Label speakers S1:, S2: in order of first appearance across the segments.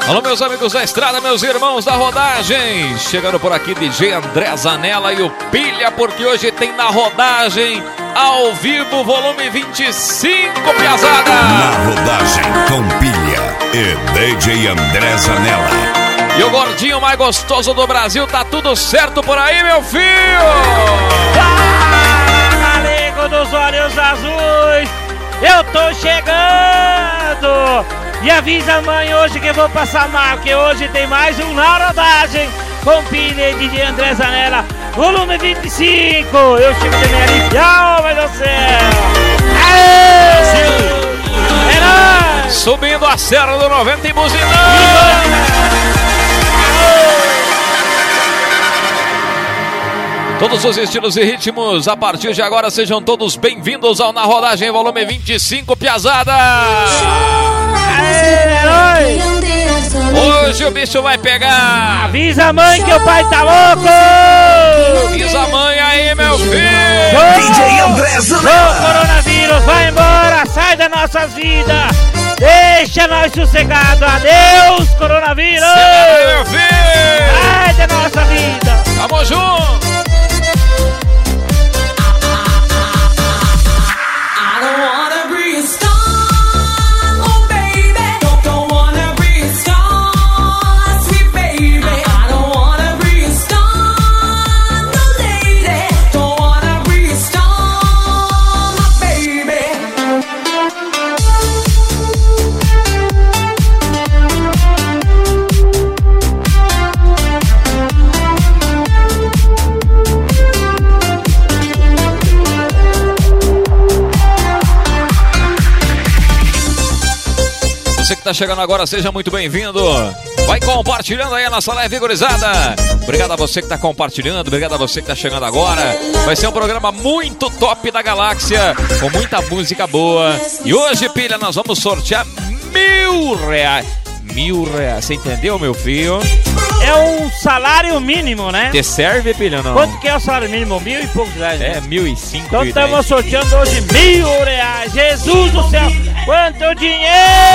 S1: Alô, meus amigos da estrada, meus irmãos da rodagem. Chegando por aqui, DJ André Zanella e o Pilha, porque hoje tem na rodagem, ao vivo, volume 25, piazada.
S2: Na rodagem com Pilha e DJ André Zanella.
S1: E o gordinho mais gostoso do Brasil, tá tudo certo por aí, meu filho?
S3: Fala, amigo dos olhos azuis, eu tô chegando! E avisa a mãe hoje que eu vou passar mal, que hoje tem mais um Na Rodagem com Pilha e DJ André Zanella, volume 25. Eu chego de minha alivial, mas do céu! Aê! É nóis!
S1: Subindo a Serra do 90 e buzinando! Todos os estilos e ritmos, a partir de agora, sejam todos bem-vindos ao Na Rodagem, volume 25, piazada!
S3: Aê,
S1: hoje o bicho vai pegar!
S3: Avisa a mãe que o pai tá louco!
S1: Avisa a mãe aí, meu filho!
S2: DJ André Zanella!
S3: O coronavírus vai embora, sai das nossas vidas! Deixa nós sossegados! Adeus, coronavírus!
S1: Semana, meu filho!
S3: Sai da nossa vida!
S1: Tamo junto! Você que tá chegando agora, seja muito bem-vindo. Vai compartilhando aí a nossa live, gurizada. Obrigado a você que tá compartilhando, obrigado a você que tá chegando agora. Vai ser um programa muito top da galáxia, com muita música boa. E hoje, Pilha, nós vamos sortear R$1.000. R$1.000, você entendeu, meu filho?
S3: É um salário mínimo, né?
S1: Te serve, Pilha, não?
S3: Quanto que é o salário mínimo? 1.000 e poucos reais, né?
S1: É, 1.005.
S3: Então estamos sorteando hoje R$1.000. Jesus do céu, quanto dinheiro!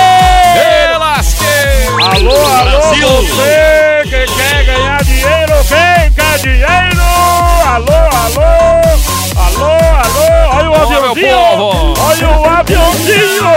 S3: Alô, você que quer ganhar dinheiro, quem quer dinheiro? Alô, olha o aviãozinho! Olha o aviãozinho!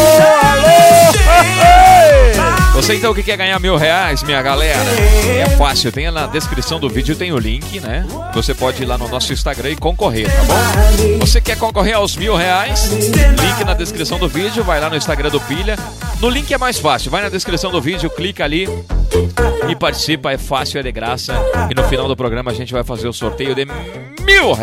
S1: Você então que quer ganhar R$1.000, minha galera? É fácil, tem na descrição do vídeo, tem o link, né? Você pode ir lá no nosso Instagram e concorrer, tá bom? Você quer concorrer aos R$1.000? Link na descrição do vídeo, vai lá no Instagram do Pilha. No link é mais fácil, vai na descrição do vídeo, clica ali e participa, é fácil, é de graça. E no final do programa a gente vai fazer o sorteio de R$1.000.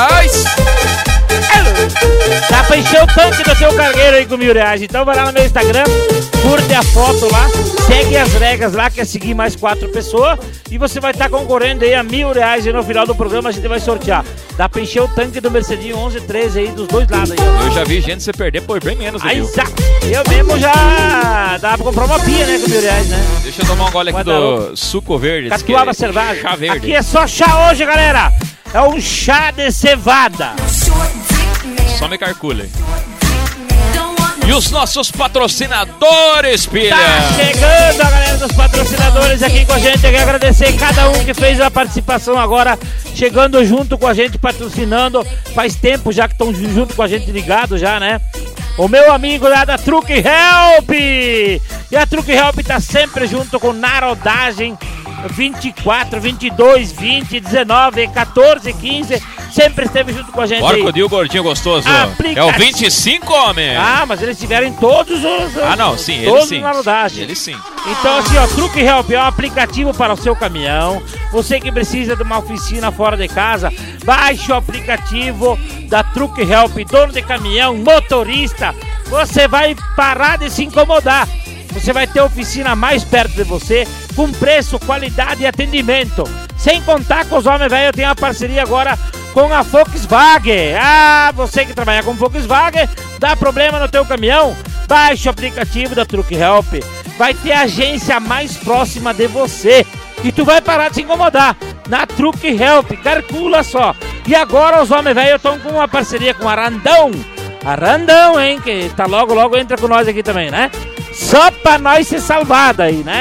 S3: Dá pra encher o tanque do seu cargueiro aí com R$1.000. Então vai lá no meu Instagram, curte a foto lá, segue as regras lá, que é seguir mais 4 pessoas, e você vai estar concorrendo aí a R$1.000 e no final do programa a gente vai sortear. Dá pra encher o tanque do Mercedinho 1113 aí dos dois lados aí.
S1: Eu já vi gente se perder por bem menos.
S3: Aí, eu mesmo já dá pra comprar uma pia, né, com R$1.000, né?
S1: Deixa eu tomar um gole aqui do suco verde.
S3: Catuaba cervagem.
S1: Chá verde.
S3: Aqui é só chá hoje, galera. É um chá de cevada.
S1: Só me calcule. E os nossos patrocinadores, Pilha?
S3: Tá chegando a galera dos patrocinadores aqui com a gente. Eu quero agradecer cada um que fez a participação agora, chegando junto com a gente, patrocinando. Faz tempo já que estão junto com a gente, ligado já, né? O meu amigo lá da Truck Help. E a Truck Help tá sempre junto com Na Rodagem. 24, 22, 20, 19, 14, 15, sempre esteve junto com a gente.
S1: Bora, o gordinho gostoso. É o 25, homem.
S3: Ah, mas eles estiveram em todos os...
S1: Ah, não, sim,
S3: todos
S1: ele sim.
S3: Na Rodagem.
S1: Ele sim.
S3: Então, assim, ó, Truck Help é um aplicativo para o seu caminhão. Você que precisa de uma oficina fora de casa, baixe o aplicativo da Truck Help, dono de caminhão, motorista. Você vai parar de se incomodar. Você vai ter a oficina mais perto de você, com preço, qualidade e atendimento. Sem contar que os homens velhos têm uma parceria agora com a Volkswagen. Ah, você que trabalha com Volkswagen, dá problema no teu caminhão? Baixe o aplicativo da Truck Help. Vai ter a agência mais próxima de você. E tu vai parar de se incomodar. Na Truck Help, calcula só. E agora os homens velhos estão com uma parceria com a Randão. A Randão, hein, que tá logo entra com nós aqui também, né? Só pra nós ser salvado aí, né?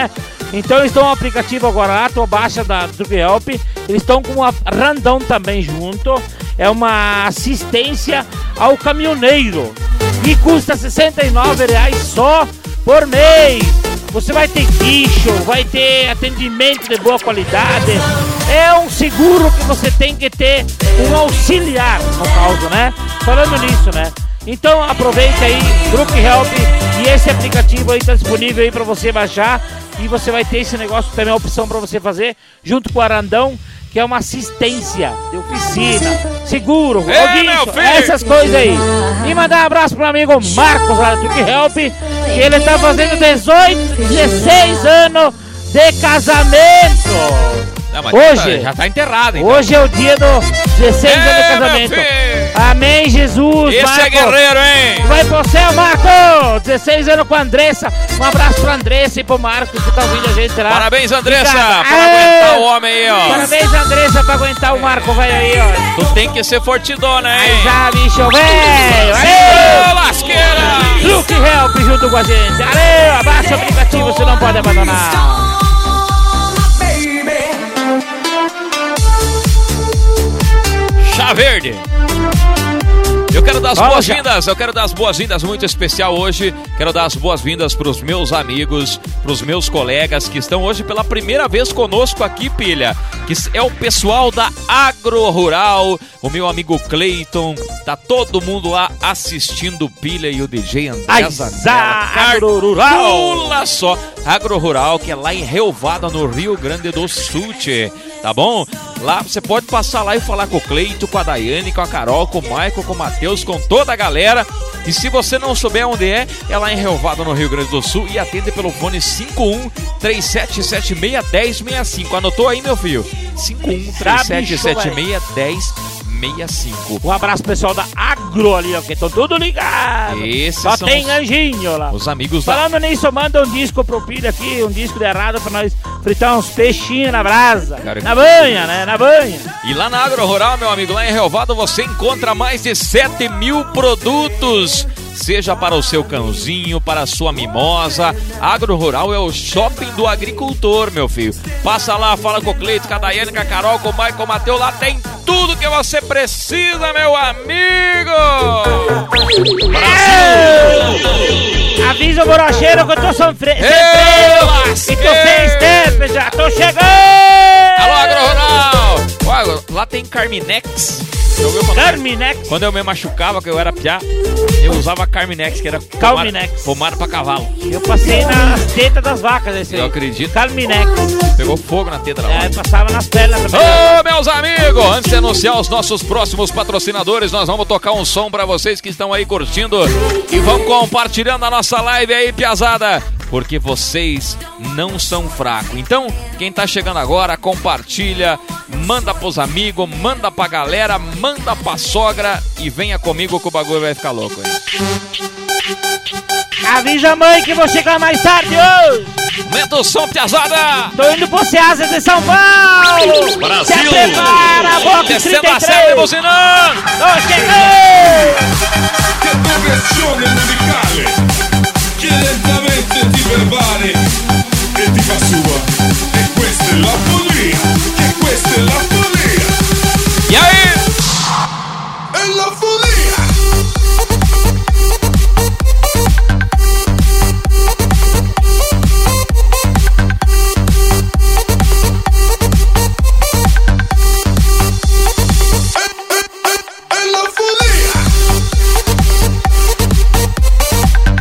S3: Então eles estão no aplicativo agora lá, tu baixa da Truck Help. Eles estão com uma Randon também junto. É uma assistência ao caminhoneiro. E custa R$ 69,00 só por mês. Você vai ter guincho, vai ter atendimento de boa qualidade. É um seguro que você tem que ter um auxiliar, no caso, né? Falando nisso, né? Então aproveite aí, Truck Help, e esse aplicativo aí tá disponível aí pra você baixar. E você vai ter esse negócio também, a opção pra você fazer, junto com o Arandão, que é uma assistência de oficina, seguro, guincho, essas coisas aí. E mandar um abraço pro amigo Marcos lá do Truck Help, que ele tá fazendo 16 anos de casamento.
S1: Não, mas
S3: Hoje
S1: já tá enterrado, então.
S3: Hoje é o dia do 16 anos de casamento. Amém, Jesus.
S1: Esse
S3: Marco,
S1: é guerreiro, hein?
S3: vai pro céu, Marco. 16 anos com a Andressa. Um abraço pra Andressa e pro Marco que tá ouvindo a gente lá.
S1: Parabéns, Andressa,
S3: Obrigado.
S1: pra aguentar o homem aí, ó.
S3: Parabéns, Andressa, pra aguentar o Marco. Vai aí, ó.
S1: Tu tem que ser fortidona, hein?
S3: Aí já, bicho, velho.
S1: Ô, lasqueira!
S3: Truck Help junto com a gente. Valeu, abaixa o aplicativo, você não pode abandonar.
S1: Chá Verde. Eu quero dar as boas-vindas, eu quero dar as boas-vindas muito especial hoje. Quero dar as boas-vindas para os meus amigos, para os meus colegas que estão hoje pela primeira vez conosco aqui, Pilha. Que é o pessoal da Agro Rural, o meu amigo Cleiton. Tá todo mundo lá assistindo o Pilha e o DJ André Zanella.
S3: Agro Rural.
S1: Pula só, Agro Rural, que é lá em Relvada, no Rio Grande do Sul, tá bom? Lá você pode passar lá e falar com o Cleito, com a Daiane, com a Carol, com o Michael, com o Matheus, com toda a galera. E se você não souber onde é lá em Relvada, no Rio Grande do Sul, e atende pelo fone 51-3776-1065. Anotou aí, meu filho? 51-3776-1065.
S3: Um abraço pessoal da Agro ali, ó, que estão tudo ligados. Só tem anjinho lá.
S1: Os amigos
S3: Falando nisso, manda um disco pro Pilha aqui, um disco de errado pra nós fritar uns peixinhos na brasa. Na banha, né? Na banha.
S1: E lá na Agro Rural, meu amigo, lá em Relvada, você encontra mais de 7 mil produtos. Seja para o seu cãozinho, para a sua mimosa. Agro Rural é o shopping do agricultor, meu filho. Passa lá, fala com o Cleito, com a Daiane, com a Carol, com o Michael, com o Matheus. Lá tem tudo que você precisa, meu amigo.
S3: Avisa o borocheiro que eu tô sofrendo. E tô sem step, já tô chegando.
S1: Alô, Agro Rural. Lá tem Carminex.
S3: Carminex?
S1: Quando eu me machucava, que eu era piá, eu usava Carminex, que era pomada pra cavalo.
S3: Eu passei nas tetas das vacas esse aí.
S1: Eu acredito.
S3: Carminex.
S1: Pegou fogo na teta da vaca.
S3: Passava nas pernas também.
S1: Ô, meus amigos, antes de anunciar os nossos próximos patrocinadores, nós vamos tocar um som pra vocês que estão aí curtindo e vão compartilhando a nossa live aí, piazada, porque vocês não são fracos. Então, quem tá chegando agora, compartilha, manda pros amigos, manda pra galera, manda pra sogra e venha comigo que o bagulho vai ficar louco aí.
S3: Avisa a mãe que vou chegar mais tarde hoje.
S1: Aumenta o som, piazada.
S3: Tô indo pro Ceasa de São Paulo.
S1: Brasil.
S3: Se prepara, box 33.
S1: Descendo a serra, buzinando.
S3: Tô chegando.
S4: Che tua versione musicale che lentamente ti pervade e ti fa sua. E questa è la follia, che questa è la follia.
S1: E aí?
S4: È la follia. È la follia.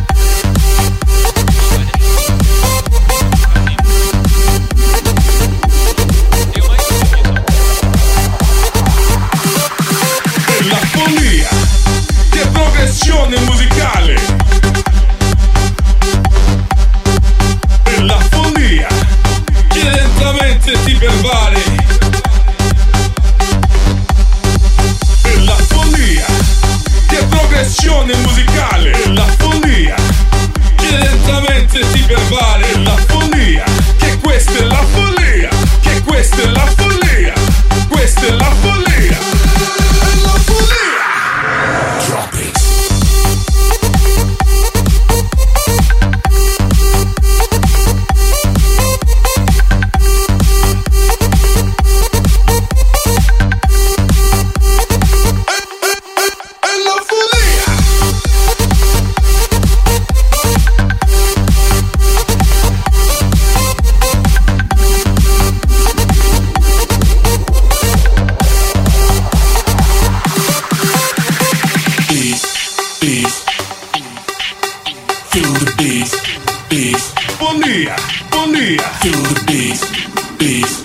S4: Feel the bass, bass. Bom dia, bom dia. Feel the bass, bass.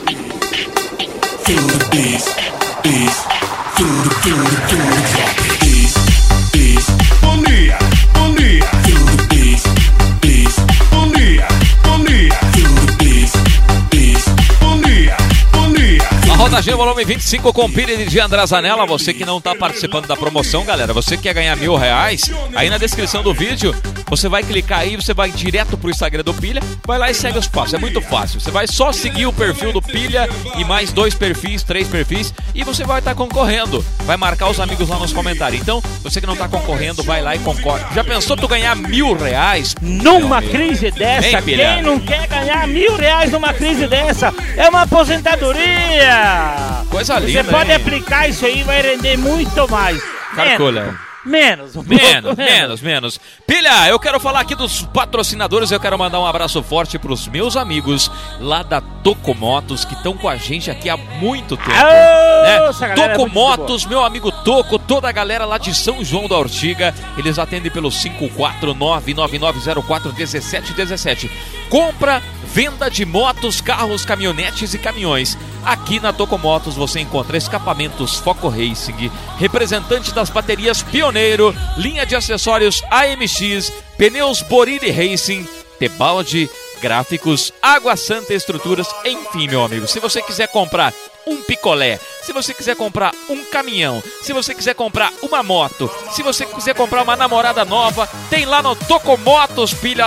S4: Feel the bass, bass. Feel the drop. Bass, bass. Bom dia, bom dia. Feel the bass, bass. Bom dia, bom dia. Feel the bass, bass. Bom dia, bom dia.
S1: A Roda G, volume 25 com pilha de André Zanella. Você que não tá participando da promoção, galera, você que quer ganhar R$1.000, aí na descrição do vídeo, você vai clicar aí, você vai direto pro Instagram do Pilha, vai lá e segue os passos, é muito fácil. Você vai só seguir o perfil do Pilha e mais 2 perfis, 3 perfis, e você vai estar concorrendo. Vai marcar os amigos lá nos comentários. Então, você que não tá concorrendo, vai lá e concorre. Já pensou tu ganhar R$1.000?
S3: Numa crise dessa, quem não quer ganhar R$1.000 numa crise dessa? É uma aposentadoria!
S1: Coisa linda,
S3: você pode
S1: hein?
S3: aplicar isso aí, vai render muito mais.
S1: Calcula.
S3: Menos.
S1: Pilha, eu quero falar aqui dos patrocinadores. Eu quero mandar um abraço forte pros meus amigos lá da Tocomotos, que estão com a gente aqui há muito tempo, né? Tocomotos, meu amigo Toco, toda a galera lá de São João da Ortiga. Eles atendem pelo 54999041717. Compra, venda de motos, carros, caminhonetes e caminhões. Aqui na Tocomotos você encontra escapamentos Foco Racing, representante das baterias Pioneiro, linha de acessórios AMX, pneus Borilli Racing, Tebaldi, gráficos, Água Santa Estruturas, enfim, meu amigo. Se você quiser comprar um picolé, se você quiser comprar um caminhão, se você quiser comprar uma moto, se você quiser comprar uma namorada nova, tem lá no Tocomotos, Pilha.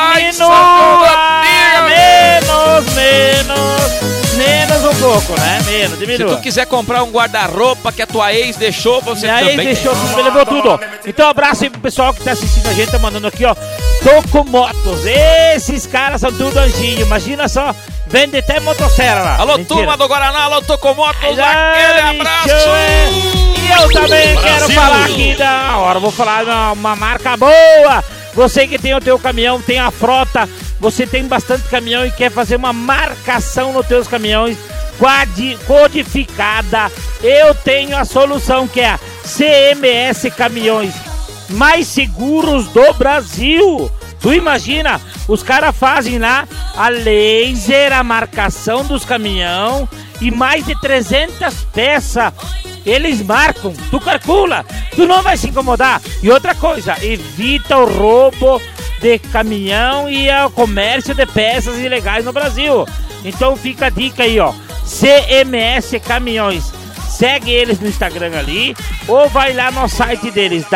S3: Menos um pouco, né? Diminua.
S1: Se tu quiser comprar um guarda-roupa que a tua ex deixou, você também
S3: deixou, você levou tudo. Então, abraço aí pro pessoal que tá assistindo a gente, tá mandando aqui, ó, Tocomotos. Esses caras são tudo anjinho, imagina só, vende até motosserra.
S1: Alô, turma do Guaraná, alô, Tocomotos, aquele abraço.
S3: E eu também quero falar aqui da hora, vou falar uma marca boa. Você que tem o teu caminhão, tem a frota, você tem bastante caminhão e quer fazer uma marcação nos teus caminhões codificada, eu tenho a solução, que é a CMS Caminhões mais seguros do Brasil. Tu imagina, os caras fazem lá a laser, a marcação dos caminhão e mais de 300 peças. Eles marcam, tu calcula, tu não vai se incomodar. E outra coisa, evita o roubo de caminhão e o comércio de peças ilegais no Brasil. Então fica a dica aí, ó, CMS Caminhões. Segue eles no Instagram ali, ou vai lá no site deles,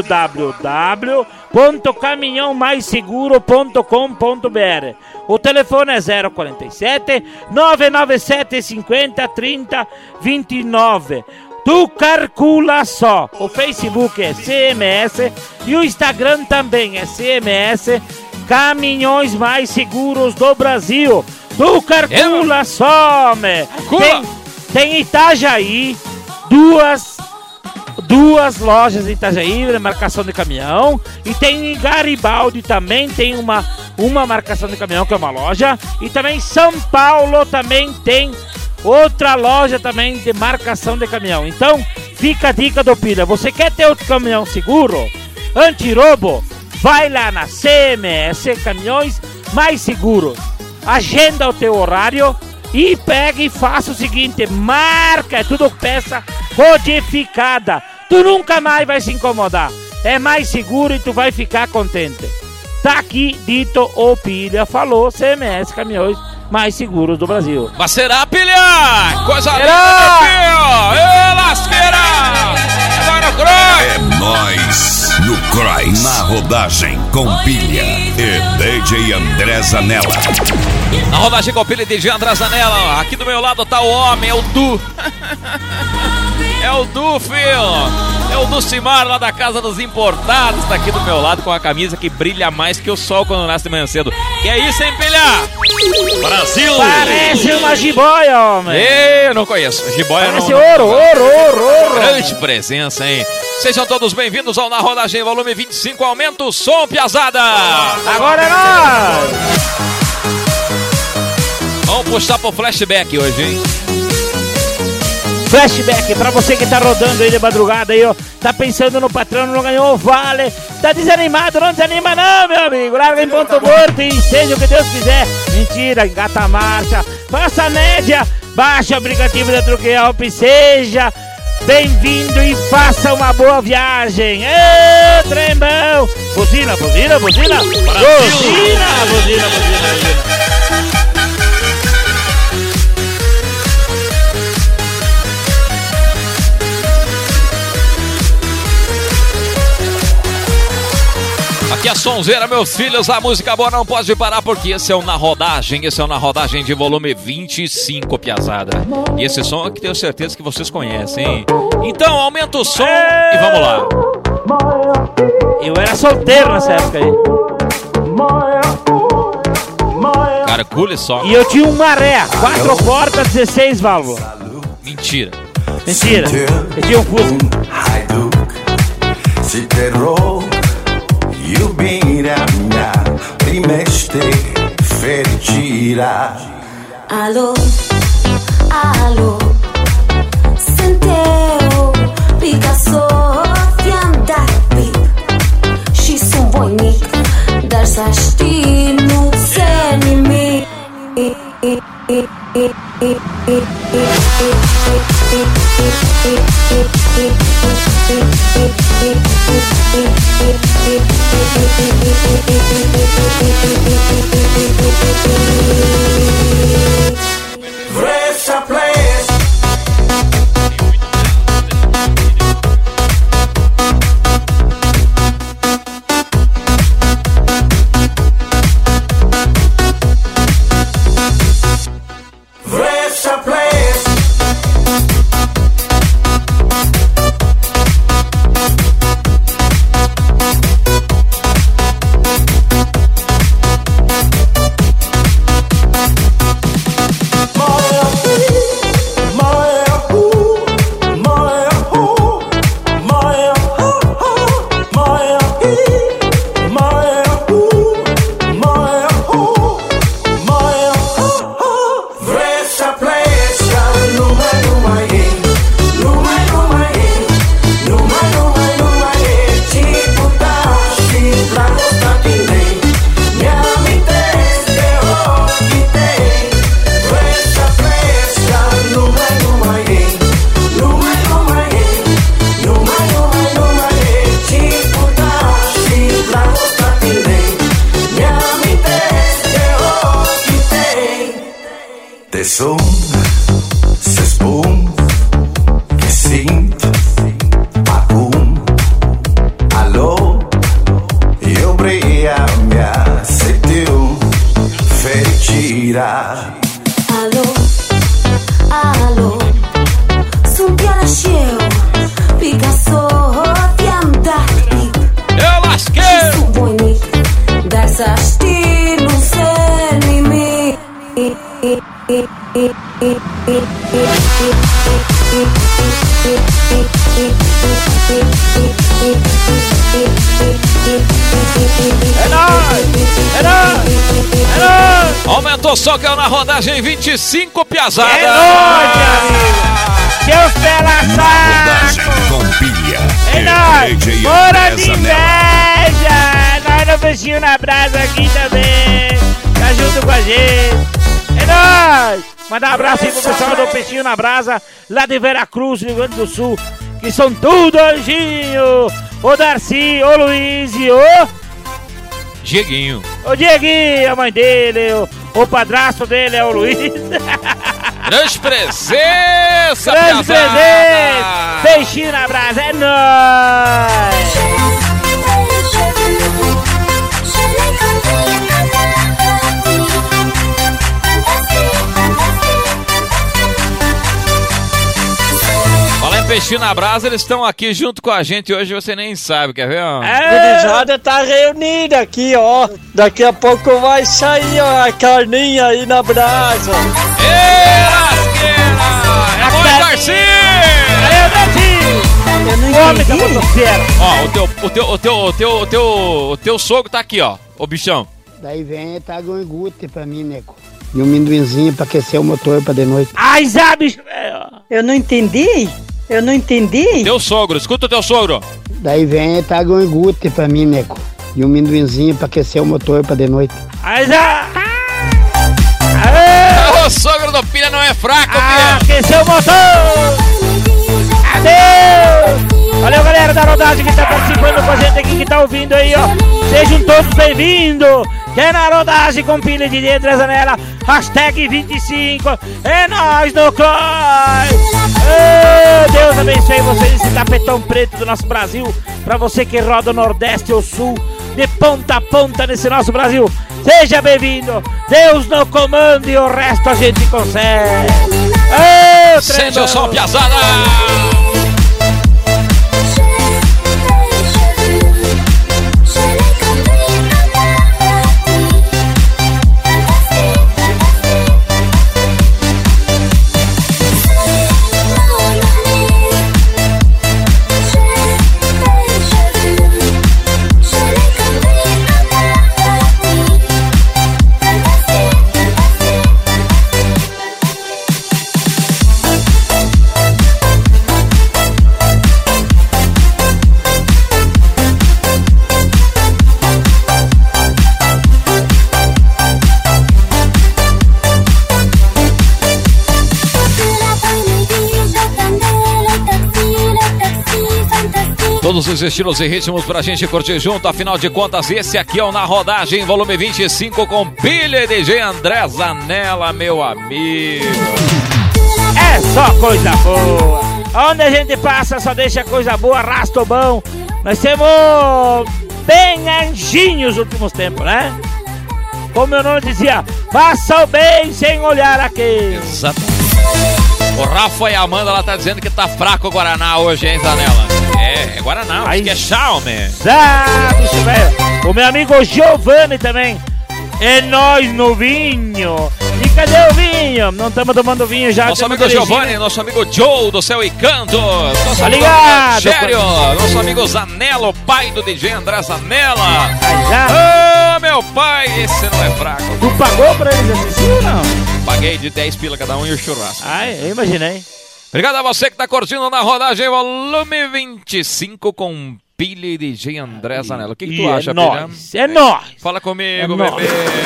S3: www.caminhãomaisseguro.com.br. O telefone é 047 997 50 30 29. Tu calcula só. O Facebook é CMS e o Instagram também é CMS Caminhões Mais Seguros do Brasil. Tu calcula só, me. Tem Itajaí, duas lojas em Itajaí, marcação de caminhão, e tem em Garibaldi também tem uma marcação de caminhão, que é uma loja, e também em São Paulo também tem outra loja também de marcação de caminhão. Então, fica a dica do Pilha. Você quer ter o caminhão seguro, anti-roubo? Vai lá na CMS Caminhões Mais Seguros. Agenda o teu horário e pega e faça o seguinte: marca, é tudo peça codificada. Tu nunca mais vai se incomodar. É mais seguro e tu vai ficar contente. Tá aqui dito, o Pilha falou, CMS Caminhões Mais Seguros do Brasil.
S1: Mas será, Pilha? Coisa linda, Pilha! Ê, lasqueira! Agora o Croy!
S2: É nóis no Croy, na rodagem com Pilha e DJ André Zanella.
S1: Na rodagem com Pilha e DJ André Zanella. Aqui do meu lado tá o homem, é o Du. É o Du, filho. É o Ducimar lá da Casa dos Importados. Tá aqui do meu lado com a camisa que brilha mais que o sol quando nasce de manhã cedo. Que é isso, hein, Pilha? Brasil!
S3: Parece uma jiboia, homem.
S1: Eu não conheço. Jiboia
S3: parece
S1: não.
S3: Ouro.
S1: Grande presença, hein? Sejam todos bem-vindos ao Na Rodagem, volume 25. Aumenta o som, piazada!
S3: Agora é nós!
S1: Vamos puxar pro flashback hoje, hein?
S3: Flashback, pra você que tá rodando aí de madrugada aí, ó, Tá pensando no patrão, não ganhou o vale. Tá desanimado, não desanima não, meu amigo. Larga em ponto morto e seja o que Deus quiser. Mentira, engata a marcha. Faça a média. Baixe o aplicativo da Truque Help. Seja bem-vindo e faça uma boa viagem. Ê, trembão. Buzina, buzina, buzina. Buzina, buzina, buzina, buzina.
S1: Aqui é Sonzeira, meus filhos, a música boa não pode parar porque esse é o Na Rodagem, de volume 25, piazada. E esse som aqui tenho certeza que vocês conhecem, hein? Então aumenta o som e vamos lá.
S3: Eu era solteiro nessa época aí.
S1: Cara, cool só.
S3: E eu tinha um Maré, 4 portas, 16 válvulas.
S1: Mentira.
S3: Mentira, eu tinha um Fusca.
S5: Iubirea-mea primește fericirea.
S6: Alo, alo, sunt eu, Picasso. Ți-am dat pip și sunt voinic, dar să știi, nu ți-e nimic.
S5: Vrei să pleci? Vrei să pleci? Te sun să spun că simt acum. Alo, iubirea mea, să știu fericirea.
S6: Alo, alo, sunt iară și eu, Picasso. Ți-am dat pip
S1: Eu lasquei!
S6: și sunt voinic, dar să știi, nu se nimic.
S3: É nóis! É nóis! É nóis!
S1: Aumentou o som que é o Na Rodagem 25, piazada.
S3: É nóis, meu amigo! Seus pela-saco!
S2: Rodagem com pilha.
S3: É
S2: E
S3: nóis!
S2: DJ
S3: Bora de
S2: Andresa Nela.
S3: inveja! Nós no Peixinho na Brasa aqui também! Tá junto com a gente! É nóis! Mandar um abraço aí pro pessoal do Peixinho na Brasa, lá de Veracruz, Rio Grande do Sul, que são tudo anjinho! Ô Darcy, ô Luiz e ô
S1: Dieguinho.
S3: Dieguinho, a mãe dele, o padrasto dele é o Luiz.
S1: Grande presença,
S3: Grande
S1: piazada.
S3: presente! Peixinho na Brasa, é nóis!
S1: Fala em Peixinho na Brasa, eles estão aqui junto com a gente hoje, você nem sabe, quer ver? Ó?
S3: É,
S7: Gurizada tá reunida aqui, ó. Daqui a pouco vai sair, ó, a carninha aí na brasa.
S1: Ê, lasqueira! É nóis, Darcy!
S3: Valeu, Netinho!
S7: Eu não
S3: Homem da
S7: entendi.
S3: motosfera!
S1: O teu sogro tá aqui, ó, o bichão.
S8: Daí vem e traga um iogurte pra mim, nego. E um minduinzinho pra aquecer o motor pra de noite.
S3: Ai, Zá, bicho!
S7: Eu não entendi.
S9: Eu não entendi.
S1: Teu sogro, escuta o teu sogro.
S8: Daí vem traga um iogurte pra mim, Neco. E um amendoinzinho pra aquecer o motor pra de noite.
S3: Aí já...
S1: O sogro do Pilha não é fraco,
S3: Pilha. Aqueceu o motor. Adeus. Valeu, galera da rodagem que tá participando com a gente aqui, que tá ouvindo aí, ó. Sejam todos bem-vindos. Que é na rodagem com Pilha de André Zanella. Hashtag 25. É nóis no Croy. Deus abençoe vocês, esse tapetão preto do nosso Brasil. Pra você que roda o Nordeste ou Sul, de ponta a ponta nesse nosso Brasil. Seja bem-vindo. Deus no comando e o resto a gente consegue.
S1: Sente o som, piazada. Todos os estilos e ritmos pra gente curtir junto. Afinal de contas, esse aqui é o Na Rodagem, volume 25, com Pilha e DJ André Zanella, meu amigo.
S3: É só coisa boa. Onde a gente passa só deixa coisa boa, arrasta o bom. Nós temos bem anjinhos nos últimos tempos, né? Como meu nome dizia, faça o bem sem olhar aqui.
S1: Exato. O Rafa e a Amanda, ela tá dizendo que tá fraco o Guaraná hoje, hein, Zanella? É Guaraná, acho que é Xiaomi.
S3: Bicho velho. O meu amigo Giovanni também. É nós no vinho. E cadê o vinho? Não estamos tomando vinho já.
S1: Nosso amigo Giovanni, nosso amigo Joe do Céu e Canto. Nosso amigo Rogério, nosso amigo Zanella, o pai do DJ André Zanella. Meu pai, esse não é fraco.
S3: Tu pagou pra eles assistir ou não?
S1: Paguei de 10 pila cada um e o churrasco.
S3: Eu imaginei.
S1: Obrigado a você que tá curtindo Na Rodagem, volume 25, com Pilha e DJ André Zanella. O que tu acha, Pilha?
S3: É nóis.
S1: Fala comigo, bebê.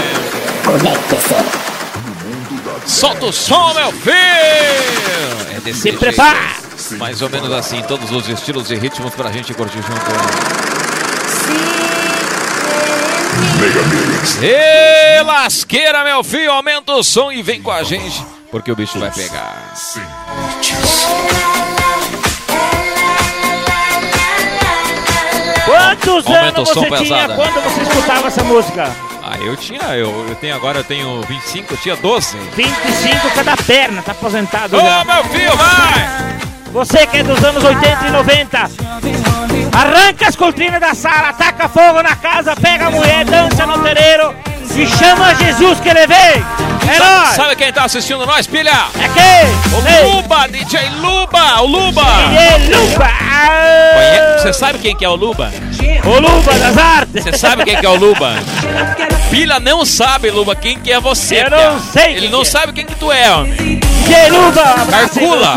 S1: Solta o som, meu filho. É desse
S3: Se
S1: jeito.
S3: prepara.
S1: Mais ou menos assim, todos os estilos e ritmos pra gente curtir junto. E lasqueira, meu filho, aumenta o som e vem com a gente, porque o bicho vai pegar.
S3: Quantos anos você tinha quando você escutava essa música?
S1: Eu tenho 25, eu tinha 12.
S3: 25 cada perna, tá aposentado já.
S1: Meu filho, vai!
S3: Você que é dos anos 80 e 90, arranca as cortinas da sala, taca fogo na casa, pega a mulher, dança no terreiro e chama Jesus que ele vem. É nóis!
S1: Sabe quem tá assistindo nós, Pilha?
S3: É quem?
S1: O Luba, DJ Luba, o Luba!
S3: DJ Luba!
S1: Você sabe quem que é o Luba?
S3: O Luba das artes!
S1: Você sabe quem que é o Luba? Pilha não sabe, Luba, quem que é você.
S3: Eu não sei.
S1: Ele não sabe quem que tu é, homem.
S3: DJ Luba!
S1: Calcula!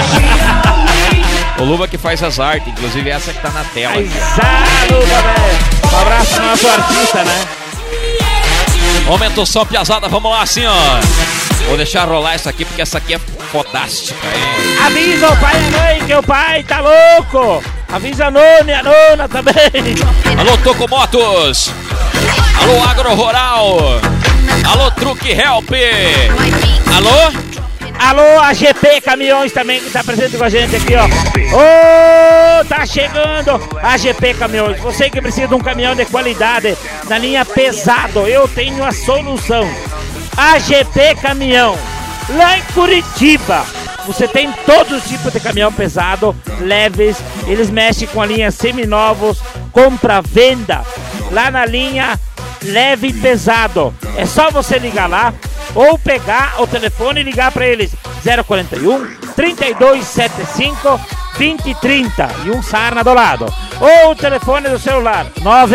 S1: O Luba que faz as artes, inclusive essa que tá na tela.
S3: Luba, velho! Um abraço pro nosso artista, né?
S1: Aumenta o som, piazada, vamos lá assim, ó. Vou deixar rolar isso aqui porque essa aqui é fodástica, hein?
S3: Avisa o pai e a mãe que o pai tá louco! Avisa a nona e a nona também!
S1: Alô, Tocomotos! Alô, Agro Rural! Alô, Truque Help! Alô?
S3: Alô, AGP Caminhões também que tá presente com a gente aqui, ó. Tá chegando AGP Caminhões. Você que precisa de um caminhão de qualidade na linha pesado, eu tenho a solução. AGP Caminhão, lá em Curitiba. Você tem todos os tipos de caminhão pesado, leves. Eles mexem com a linha seminovos, compra-venda. Lá na linha leve e pesado. É só você ligar lá ou pegar o telefone e ligar para eles 041 3275 2030 e um sarna do lado, ou o telefone do celular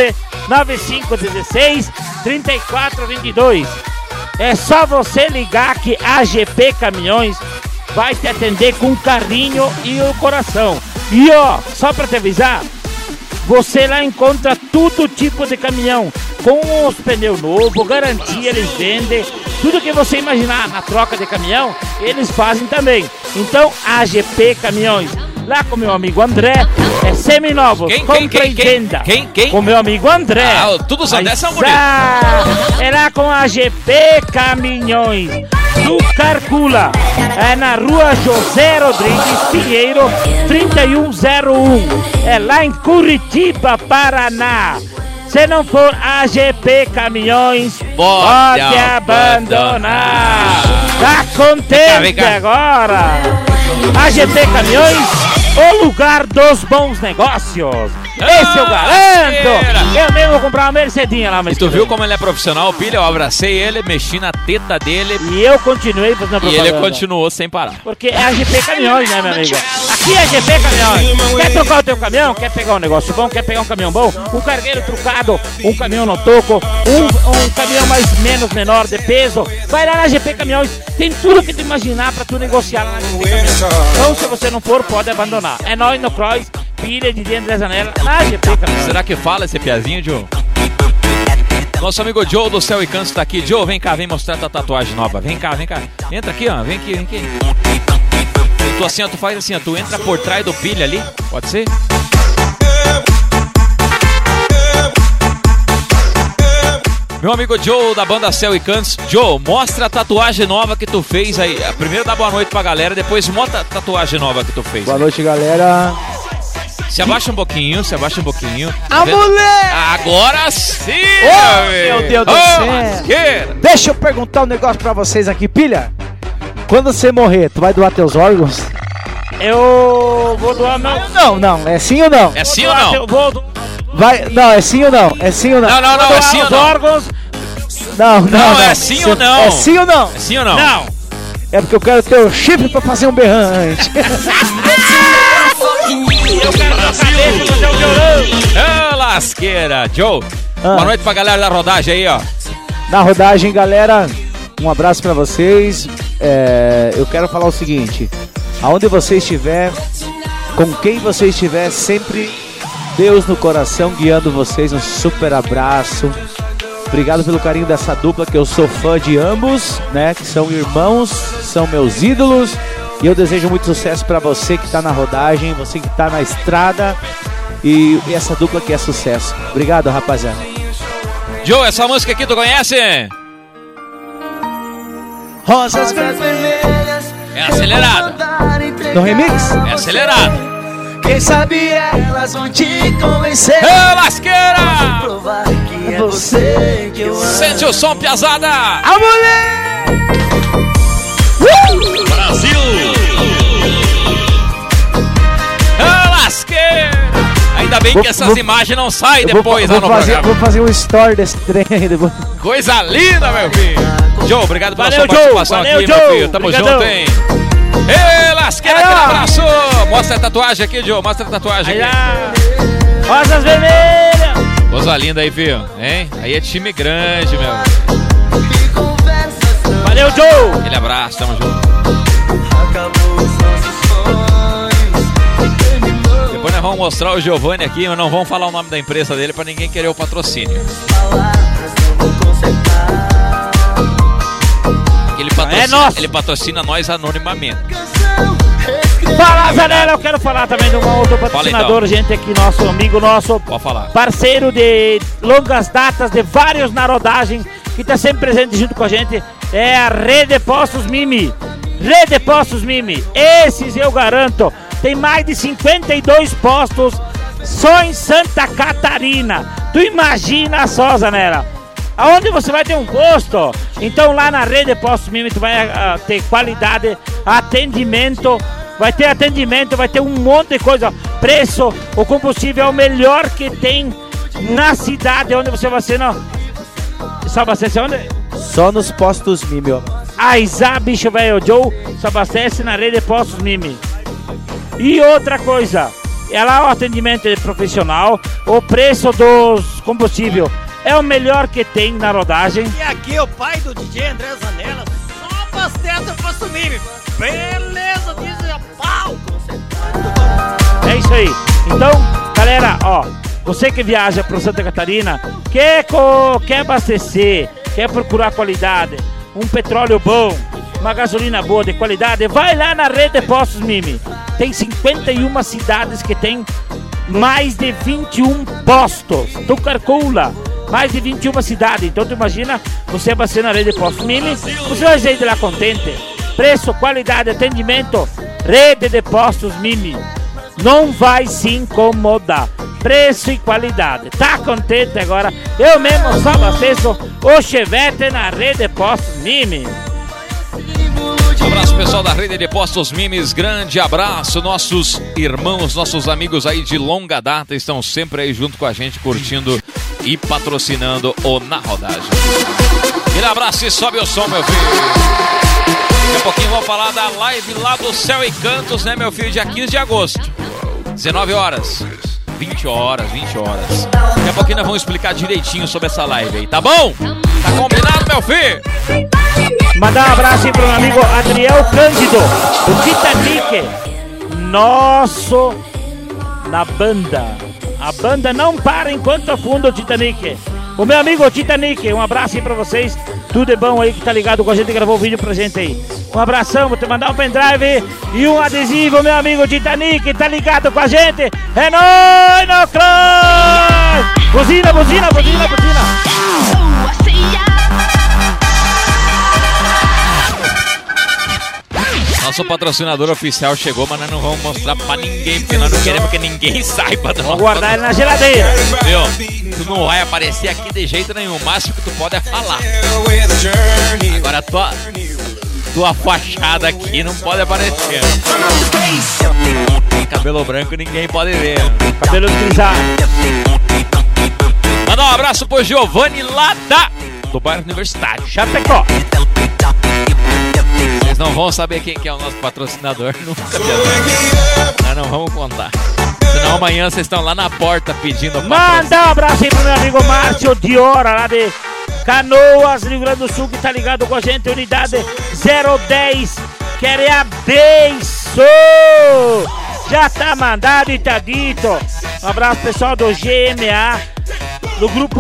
S3: 99516 3422. É só você ligar que a AGP Caminhões vai te atender com carinho e o coração. E ó, só pra te avisar, você lá encontra todo tipo de caminhão, com os pneus novos, garantia, eles vendem, tudo que você imaginar na troca de caminhão, eles fazem também. Então, AGP Caminhões, lá com meu amigo André, é seminovos, compra e venda.
S1: Quem?
S3: Com meu amigo André.
S1: Tudo só dessa mulher.
S3: É lá com AGP Caminhões, do Carcula. É na rua José Rodrigues Pinheiro, 3101. É lá em Curitiba, Paraná. Se não for AGP Caminhões, pode abandonar. Tá contente
S1: vem cá.
S3: agora? AGP Caminhões, o lugar dos bons negócios. Esse eu garanto. Eu mesmo vou comprar uma Mercedinha lá.
S1: E tu viu como ele é profissional, Pilha? Eu abracei ele, mexi na teta dele.
S3: E eu continuei fazendo a propaganda.
S1: E ele continuou sem parar.
S3: Porque é AGP Caminhões, né, minha amiga? Aqui é AGP Caminhões. Quer trocar o teu caminhão? Quer pegar um negócio bom? Quer pegar um caminhão bom? Um cargueiro trucado? Um caminhão no toco? Um caminhão menor de peso? Vai lá na AGP Caminhões. Tem tudo que tu imaginar pra tu negociar lá na AGP Caminhões. Então, se você não for, pode abandonar. É nós no Cross, Pilha de André Zanella, na AGP Caminhões.
S1: Será que fala esse piazinho, Joe? Nosso amigo Joe do Céu e Canto tá aqui. Joe, vem cá, vem mostrar tua tatuagem nova. Vem cá. Entra aqui, ó. Vem aqui. Tu assim, ó, tu faz assim, ó. Tu entra por trás do Pilha ali. Pode ser? Meu amigo Joe da banda Céu e Cantos. Joe, mostra a tatuagem nova que tu fez aí. Primeiro dá boa noite pra galera, depois mostra a tatuagem nova que tu fez.
S9: Boa noite, galera.
S1: Se abaixa um pouquinho.
S9: A mulher!
S1: Agora sim!
S9: Meu Deus do céu! Deixa eu perguntar um negócio pra vocês aqui, Pilha. Quando você morrer, tu vai doar teus órgãos?
S3: Eu vou doar meu...
S9: Não, é sim ou não?
S1: É sim ou não?
S9: Vai, não, é sim ou não? É sim ou não?
S1: Não, é sim ou não?
S3: Órgãos...
S9: Não,
S1: é sim ou não?
S9: É sim ou não?
S1: É sim ou não?
S3: Não.
S9: É porque eu quero ter o chifre pra fazer um berrante.
S3: Eu quero dar cabeça no seu violão.
S1: Ô, lasqueira. Joe, boa noite pra galera da rodagem aí, ó.
S9: Na rodagem, galera, um abraço pra vocês. Eu quero falar o seguinte: aonde você estiver, com quem você estiver, sempre Deus no coração guiando vocês. Um super abraço. Obrigado pelo carinho dessa dupla, que eu sou fã de ambos, né? Que são irmãos, são meus ídolos. E eu desejo muito sucesso pra você que tá na rodagem, você que tá na estrada. E essa dupla que é sucesso. Obrigado, rapaziada.
S1: Joe, essa música aqui tu conhece?
S9: Rosas vermelhas.
S1: É acelerada.
S9: No remix?
S1: É acelerada.
S9: Quem sabe elas vão te convencer.
S1: Ô, lasqueira!
S9: Provar que é você que eu amo.
S1: Sente o som, piazada!
S9: A mulher!
S1: Brasil! Ô, lasqueira! Ainda bem que essas imagens não saem depois lá no programa.
S9: Vou fazer um story desse trem aí depois.
S1: Coisa linda, meu filho! Joe, obrigado pela sua
S3: Joe.
S1: participação
S3: Valeu,
S1: aqui,
S3: Joe.
S1: meu filho. Tamo
S3: Obrigadão.
S1: junto, hein? Ê, lasqueira, aquele abraço! Mostra a tatuagem aqui, Joe. Mostra a tatuagem
S3: Aí
S1: aqui.
S3: lá. Rosas vermelhas.
S1: Coisa linda aí, filho. Hein? Aí é time grande, meu.
S3: Valeu, Joe.
S1: Aquele abraço, tamo junto. Depois nós vamos mostrar o Giovanni aqui, mas não vamos falar o nome da empresa dele pra ninguém querer o patrocínio. Ele patrocina nós anonimamente.
S3: Fala, Zanella, eu quero falar também de um outro patrocinador,
S1: então.
S3: gente aqui, nosso amigo, nosso
S1: Pode falar.
S3: parceiro de longas datas, de vários na rodagem, que está sempre presente junto com a gente, é a Rede Postos Mimi. Rede Postos Mimi, esses eu garanto, tem mais de 52 postos só em Santa Catarina. Tu imagina só, Zanella, aonde você vai ter um posto? Então lá na Rede Postos Mimi tu vai ter qualidade, atendimento. Vai ter atendimento, vai ter um monte de coisa. Preço, o combustível é o melhor que tem na cidade. Onde você vai ser, não? Só abastece onde?
S9: Só nos postos Mimi, ó.
S3: Aizá, bicho velho, Joe, só abastece na Rede Postos Mimi. E outra coisa, é lá o atendimento profissional, o preço dos combustíveis é o melhor que tem na rodagem.
S10: E aqui o pai do DJ André Zanella só abastece o Posto Mimi.
S3: Beleza, diesel pau. É isso aí. Então, galera, ó, você que viaja para Santa Catarina, quer abastecer, quer procurar qualidade, um petróleo bom, uma gasolina boa de qualidade, vai lá na Rede Postos Mimi. Tem 51 cidades que tem mais de 21 postos. Tucarcula, mais de 21 cidades. Então tu imagina, você abastecer na Rede Postos Mimi, você vai sair de lá contente. Preço, qualidade, atendimento, Rede de Postos Mimi. Não vai se incomodar. Preço e qualidade. Tá contente agora? Eu mesmo só abasteço o Chevette na Rede Postos Mimi.
S1: Um abraço pessoal da Rede de Postos Mimes, grande abraço, nossos irmãos, nossos amigos aí de longa data estão sempre aí junto com a gente, curtindo e patrocinando o Na Rodagem. Aquele abraço e sobe o som, meu filho. Daqui a pouquinho vou falar da live lá do Céu e Cantos, né, meu filho, dia 15 de agosto, 19 horas. 20 horas. Daqui a pouquinho nós vamos explicar direitinho sobre essa live aí, tá bom? Tá combinado, meu filho?
S3: Mandar um abraço aí pro meu amigo Adriel Cândido, o Titanic, nosso na banda. A banda não para enquanto afunda o Titanic. O meu amigo Titanic, um abraço aí pra vocês. Tudo é bom aí que tá ligado com a gente e gravou o vídeo pra gente aí. Um abração, vou te mandar um pendrive e um adesivo, meu amigo Titanic, tá ligado com a gente? É nóis no clube! Buzina, buzina, buzina, buzina!
S1: Nosso patrocinador oficial chegou, mas nós não vamos mostrar pra ninguém, porque nós não queremos que ninguém saiba.
S3: Vou guardar ele na geladeira.
S1: Viu? Tu não vai aparecer aqui de jeito nenhum, o máximo que tu pode é falar. Agora tua fachada aqui não pode aparecer. Cabelo branco ninguém pode ver.
S3: Cabelo grisalho.
S1: Manda um abraço pro Giovanni lá do bairro Universitário, Chapecó. Vocês não vão saber quem que é o nosso patrocinador nunca. Nós não vamos contar. Senão amanhã vocês estão lá na porta pedindo
S3: Manda um abraço aí pro meu amigo Márcio Diora, lá de Canoas, Rio Grande do Sul, que tá ligado com a gente. Unidade 010. Quer a beijo. Já tá mandado e tá dito. Um abraço pessoal do GMA, do grupo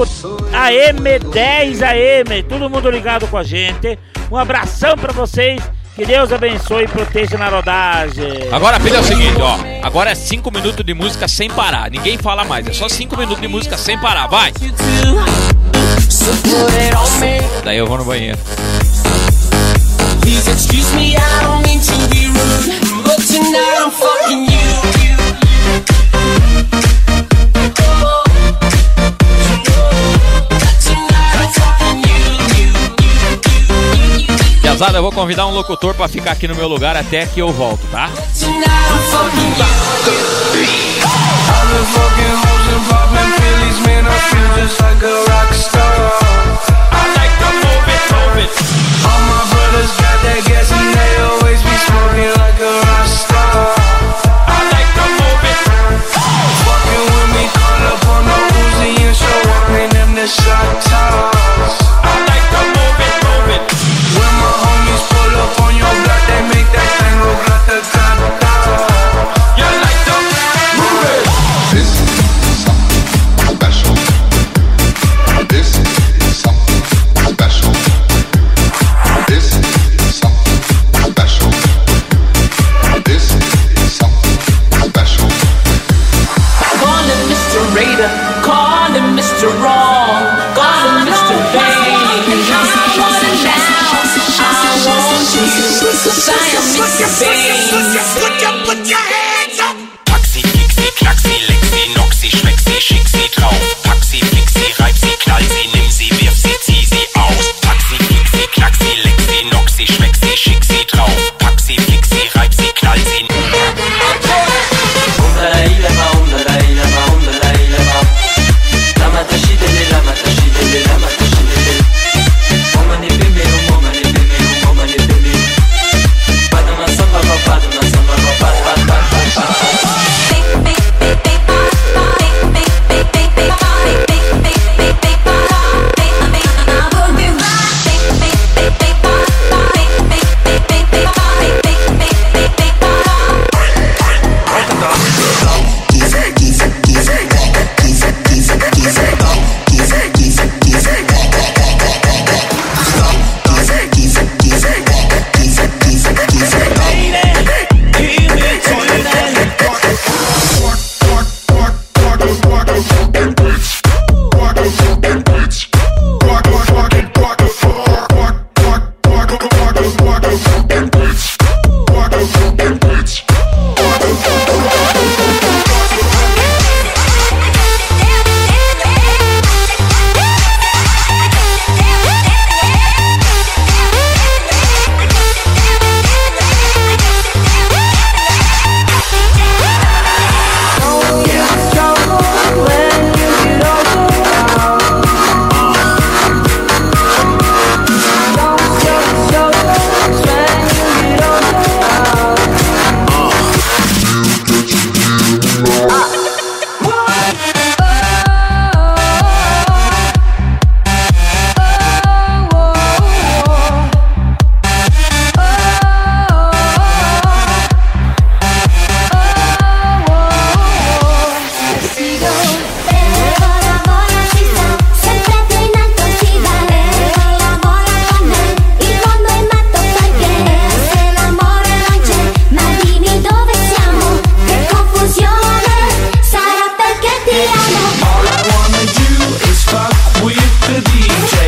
S3: AM10AM. Todo mundo ligado com a gente. Um abração pra vocês. Que Deus abençoe e proteja na rodagem.
S1: Agora, filho, é o seguinte, ó. Agora é 5 minutos de música sem parar. Ninguém fala mais. É só 5 minutos de música sem parar. Vai! Daí eu vou no banheiro. Piazada, eu vou convidar um locutor pra ficar aqui no meu lugar até que eu volto, tá?
S10: Taxi, Fixi, Klaxi, Lexi, Noxi, Schwexi, schick sie drauf. Taxi, Fixi, reib sie, knall sie, nimm sie, wirf sie, zieh sie aus. Taxi, Fixi, Klaxi, Lexi, Noxi, Schwexi, schick sie drauf. Taxi, Fixi, reib sie, knall sie.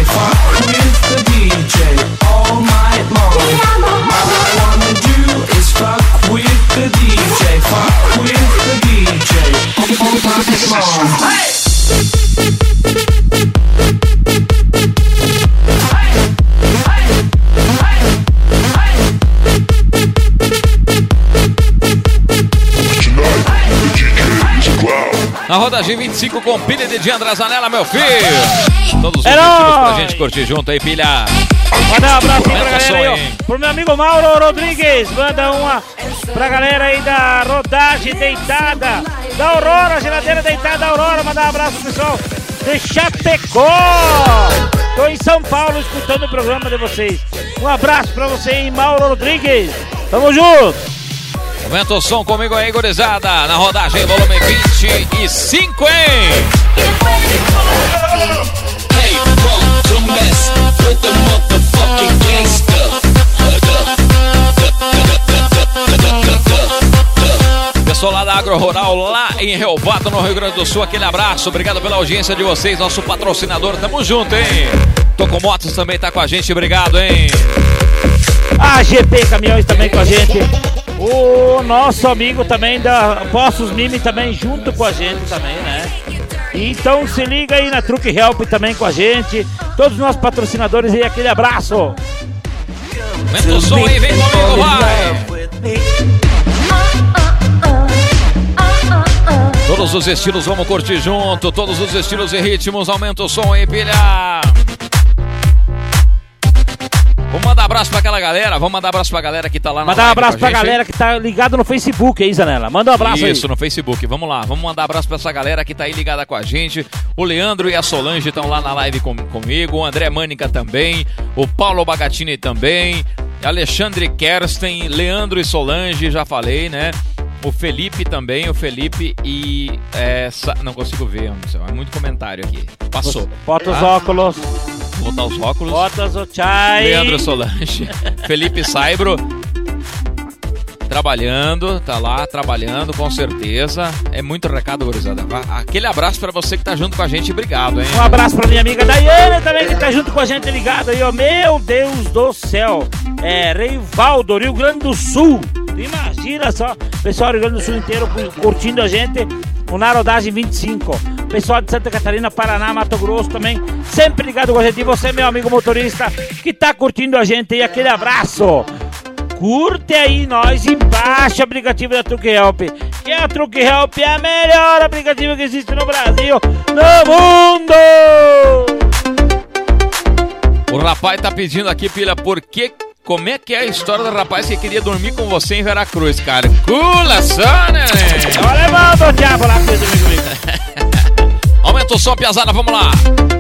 S5: fuck with the DJ all night long. All I wanna do is fuck with the DJ. Fuck with the DJ all night long. Hey!
S1: Na rodagem 25 com pilha de André Zanella, meu filho. Todos os estilos pra gente curtir junto aí, pilha.
S3: Manda um abraço aí pra galera aí, ó. Pro meu amigo Mauro Rodrigues. Manda uma pra galera aí da rodagem deitada. Da Aurora, geladeira deitada da Aurora. Manda um abraço pro pessoal de Chapecó. Tô em São Paulo escutando o programa de vocês. Um abraço pra você aí, Mauro Rodrigues. Tamo junto.
S1: Aumenta o som comigo aí, gurizada. Na rodagem, volume 25, hein? Pessoal lá da Agro Rural, lá em Relvado, no Rio Grande do Sul, aquele abraço. Obrigado pela audiência de vocês, nosso patrocinador. Tamo junto, hein? Toco Motos também tá com a gente, obrigado, hein?
S3: A GP Caminhões também com a gente. O nosso amigo também da Poços Mimi também junto com a gente também, né? Então se liga aí na Truck Help também com a gente. Todos os nossos patrocinadores aí, aquele abraço.
S1: Aumenta o som aí, vem comigo, vai! Todos os estilos, vamos curtir junto. Todos os estilos e ritmos, aumenta o som aí, pilha! Vamos mandar abraço pra aquela galera, vamos mandar abraço pra galera que tá lá na
S3: Mandar um abraço pra galera que tá ligado no Facebook aí, Zanella. Manda um abraço aí.
S1: Isso, no Facebook, vamos lá. Vamos mandar abraço pra essa galera que tá aí ligada com a gente. O Leandro e a Solange estão lá na live comigo. O André Mânica também. O Paulo Bagatini também. Alexandre Kersten, Leandro e Solange, já falei, né? O Felipe também, o Felipe e... não consigo ver, é muito comentário aqui. Passou.
S3: Bota os óculos.
S1: Vou botar os óculos.
S3: Botas o chai.
S1: Leandro Solange. Felipe Saibro. Trabalhando, tá lá trabalhando, com certeza. É muito recado, gurizada. Aquele abraço pra você que tá junto com a gente, obrigado, hein?
S3: Um abraço pra minha amiga Daiane também, que tá junto com a gente ligado aí, ó. Meu Deus do céu. Reivaldo, Rio Grande do Sul. Imagina só, pessoal do Rio Grande do Sul inteiro curtindo a gente. O Narodagem 25. Pessoal de Santa Catarina, Paraná, Mato Grosso também, sempre ligado com a gente. E você, meu amigo motorista, que tá curtindo a gente aí, aquele abraço. Curte aí nós e baixa o aplicativo da Truck Help. Que a Truck Help é a melhor aplicativo que existe no Brasil, no mundo!
S1: O rapaz tá pedindo aqui, pilha, como é que é a história do rapaz que queria dormir com você em Veracruz, cara? Cula só, né?
S3: Olha, mano, Thiago, lá comigo.
S1: Aumenta o som, piazada, vamos lá.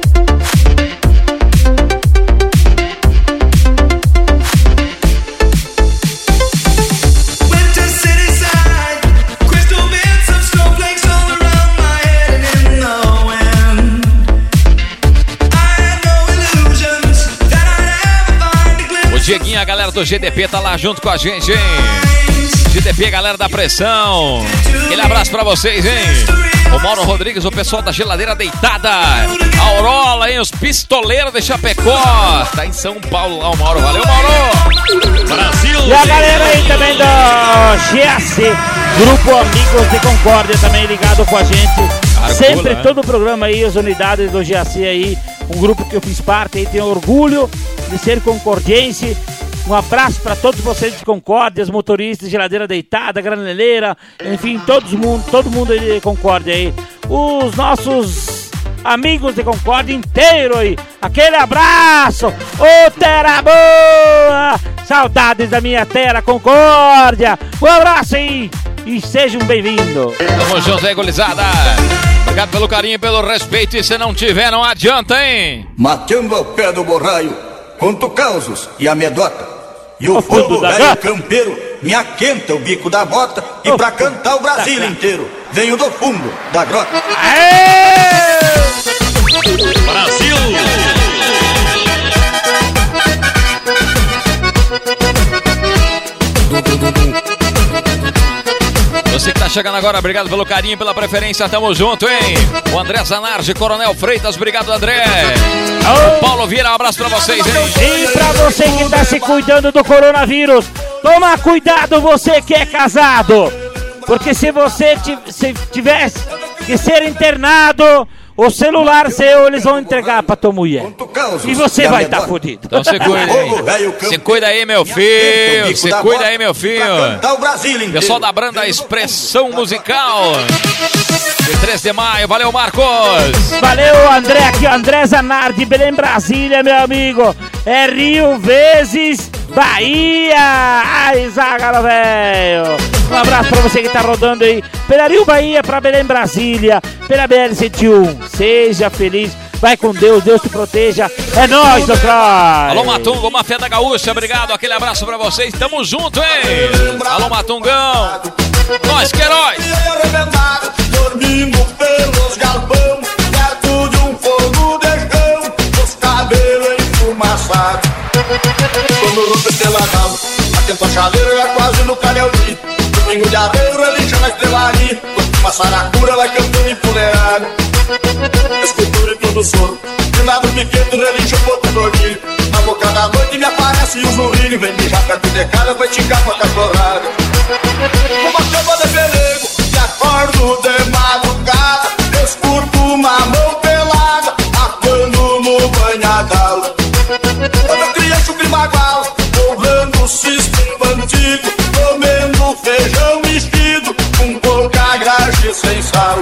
S1: Dieguinho, a galera do GDP tá lá junto com a gente, hein? GDP, galera da pressão. Aquele abraço pra vocês, hein? O Mauro Rodrigues, o pessoal da geladeira deitada. A Aurora, hein? Os pistoleiros de Chapecó. Tá em São Paulo lá o Mauro. Valeu, Mauro! Brasil!
S3: E a galera aí também do GAC, Grupo Amigos de Concórdia, também ligado com a gente. Sempre, todo o programa aí, as unidades do GAC aí. Um grupo que eu fiz parte aí, tenho orgulho de ser concordiense. Um abraço para todos vocês de Concórdia, os motoristas, geladeira deitada, graneleira, enfim, todo mundo aí de Concórdia aí. Os nossos amigos de Concórdia inteiro aí. Aquele abraço! Ô, terra boa! Saudades da minha terra, Concórdia! Um abraço aí e sejam bem-vindos!
S1: Tamo junto aí, gurizada! Obrigado pelo carinho e pelo respeito. E se não tiver, não adianta, hein?
S5: Mateando ao pé do borraio, conto causos e amedota. E o fogo velho campeiro me aquenta o bico da bota. E pra cantar o Brasil inteiro, venho do fundo da grota.
S3: Aê!
S1: Brasil! Você que tá chegando agora, obrigado pelo carinho, pela preferência, tamo junto, hein? O André Zanardi, Coronel Freitas, obrigado, André. O Paulo Vieira, um abraço pra vocês, hein?
S3: E pra você que tá se cuidando do coronavírus, toma cuidado, você que é casado. Porque se você tivesse que ser internado, o celular seu eles vão entregar pra tua mulher. E você vai estar fodido.
S1: Então você cuida aí. Se cuida aí, meu filho. Se cuida aí, meu filho. Pessoal da banda Expressão Musical. De 3 de maio. Valeu, Marcos.
S3: Valeu, André. Aqui, André Zanardi, Belém, Brasília, meu amigo. É Rio vezes Bahia. Ai, Zágalo, velho. Um abraço pra você que tá rodando aí pela Rio Bahia, pra Belém, Brasília, pela BR-101. Seja feliz. Vai com Deus, Deus te proteja. É nóis, do Croy.
S1: Alô, Matungo, Mafia da Gaúcha, obrigado. Aquele abraço pra vocês. Tamo junto, hein? Alô, Matungão. Nós, Queiroz.
S11: Dormindo pelos galpão, perto de um fogo de chão, os cabelos enfumaçados. Quando rompe pela calma, atento a chaleira, já quase no canelzinho. Domingo de aveiro, relincha na estrelaria. Uma saracura vai cantando empoleirado. Escultura e todo sono, de lado pequeno, relincha um pouco do orgulho. Na boca da noite me aparece o zurrilho. Vem mijar perto de casa, vai ticar com a cachorrada. Uma cama de pelego, me acordo de madrugada. Escuto uma mão pelada, arcando no banhadal. Quando eu criei chucre magual, honrando o sistema antigo, comendo feijão mexido, com pouca graxa sem sal.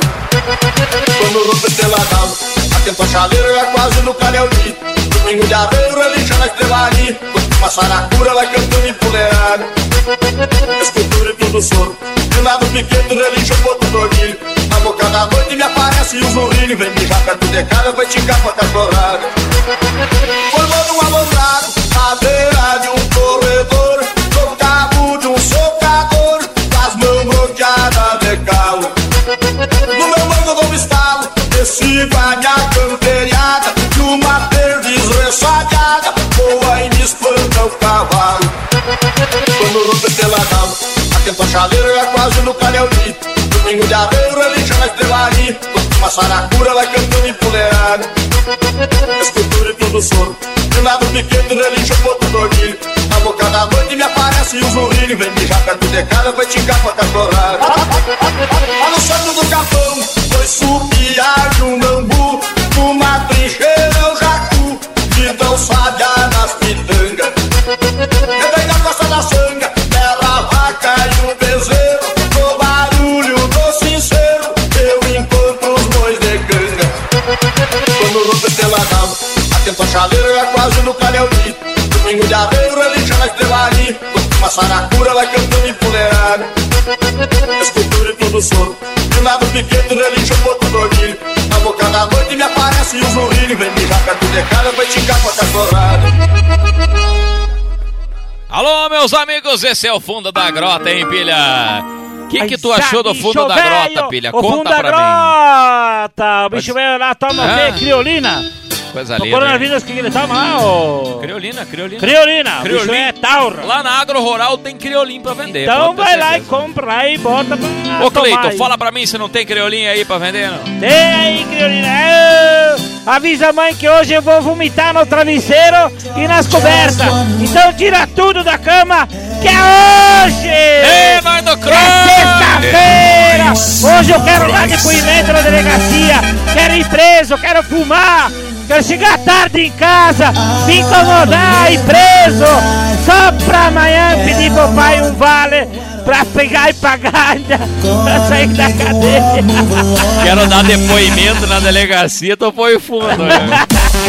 S11: Quando rompe pela calma, atento a chaleira, já quase no canelzinho. Domingo de aveiro, relincha na estrelaria. Uma saracura vai cantando empoleirado. Escultura e tudo sono, de lado pequeno, relincha um pouco do orgulho. Na boca da noite me aparece o zurrilho. Vem mijar perto de casa, vai ticar com a cachorrada. Formando um alombrado, na beira de um corredor, no cabo de um socador, com as mãos bloqueadas de calo. No meu banco dou um estalo, desci com a minha camperiada, de uma perdiz ressabiada, boa e me espanta o cavalo. Quando rompe pela calma, atento a chaleira, já quase no canelzinho. Domingo de aveiro, relincha na estrelaria. Uma saracura vai cantando empoleirado. Escultura e tudo sono, de lado pequeno, relincha um pouco do orgulho. Na boca da noite me aparece o zurrilho. Vem mijar perto de casa, vai ticar com a cachorrada. Lá no centro do capão, foi supiar de um bambu. Numa trincheira eu jacu, me dão sábia nas pitangas. Entrei na costa da sanga, bela vaca e um bezerro. No barulho do sincero, eu encontro os bois de canga. Quando rompe pela calma, atento a chaleira, já quase no canelzinho. Domingo de aveiro, relincha na estrelaria. Uma saracura vai cantando empoleirado. Escultura e tudo sono, de lado pequeno, relincha um pouco do orgulho. Na boca da noite me aparece o zurrilho. Vem mijar perto de casa, vai ticar com a cachorrada.
S1: Alô, meus amigos, esse é o Fundo da Grota, hein, Pilha? O que tu achou do Fundo da Grota, Pilha? Conta pra mim.
S3: Grota. O bicho veio lá, toma o quê? Criolina.
S1: Coisa
S3: linda.
S1: O
S3: coronavírus, o que ele toma lá, ô?
S1: Criolina.
S3: O bicho é taura.
S1: Lá na Agro Rural tem criolina pra vender.
S3: Então vai lá e compra aí e bota pra
S1: Ô, Cleiton, fala pra mim se não tem criolinha aí pra vender, não.
S3: Tem aí, criolina. Avisa a mãe que hoje eu vou vomitar no travesseiro e nas cobertas. Então tira tudo da cama, que é hoje!
S1: Ei, nós do Croy!
S3: É sexta-feira! Hoje eu quero dar depoimento na delegacia, quero ir preso, quero fumar, quero chegar tarde em casa, me incomodar e preso, só pra amanhã pedir pro pai um vale pra pegar e pagar ainda, pra sair da cadeia.
S1: Quero dar depoimento na delegacia, tô põe fundo, né?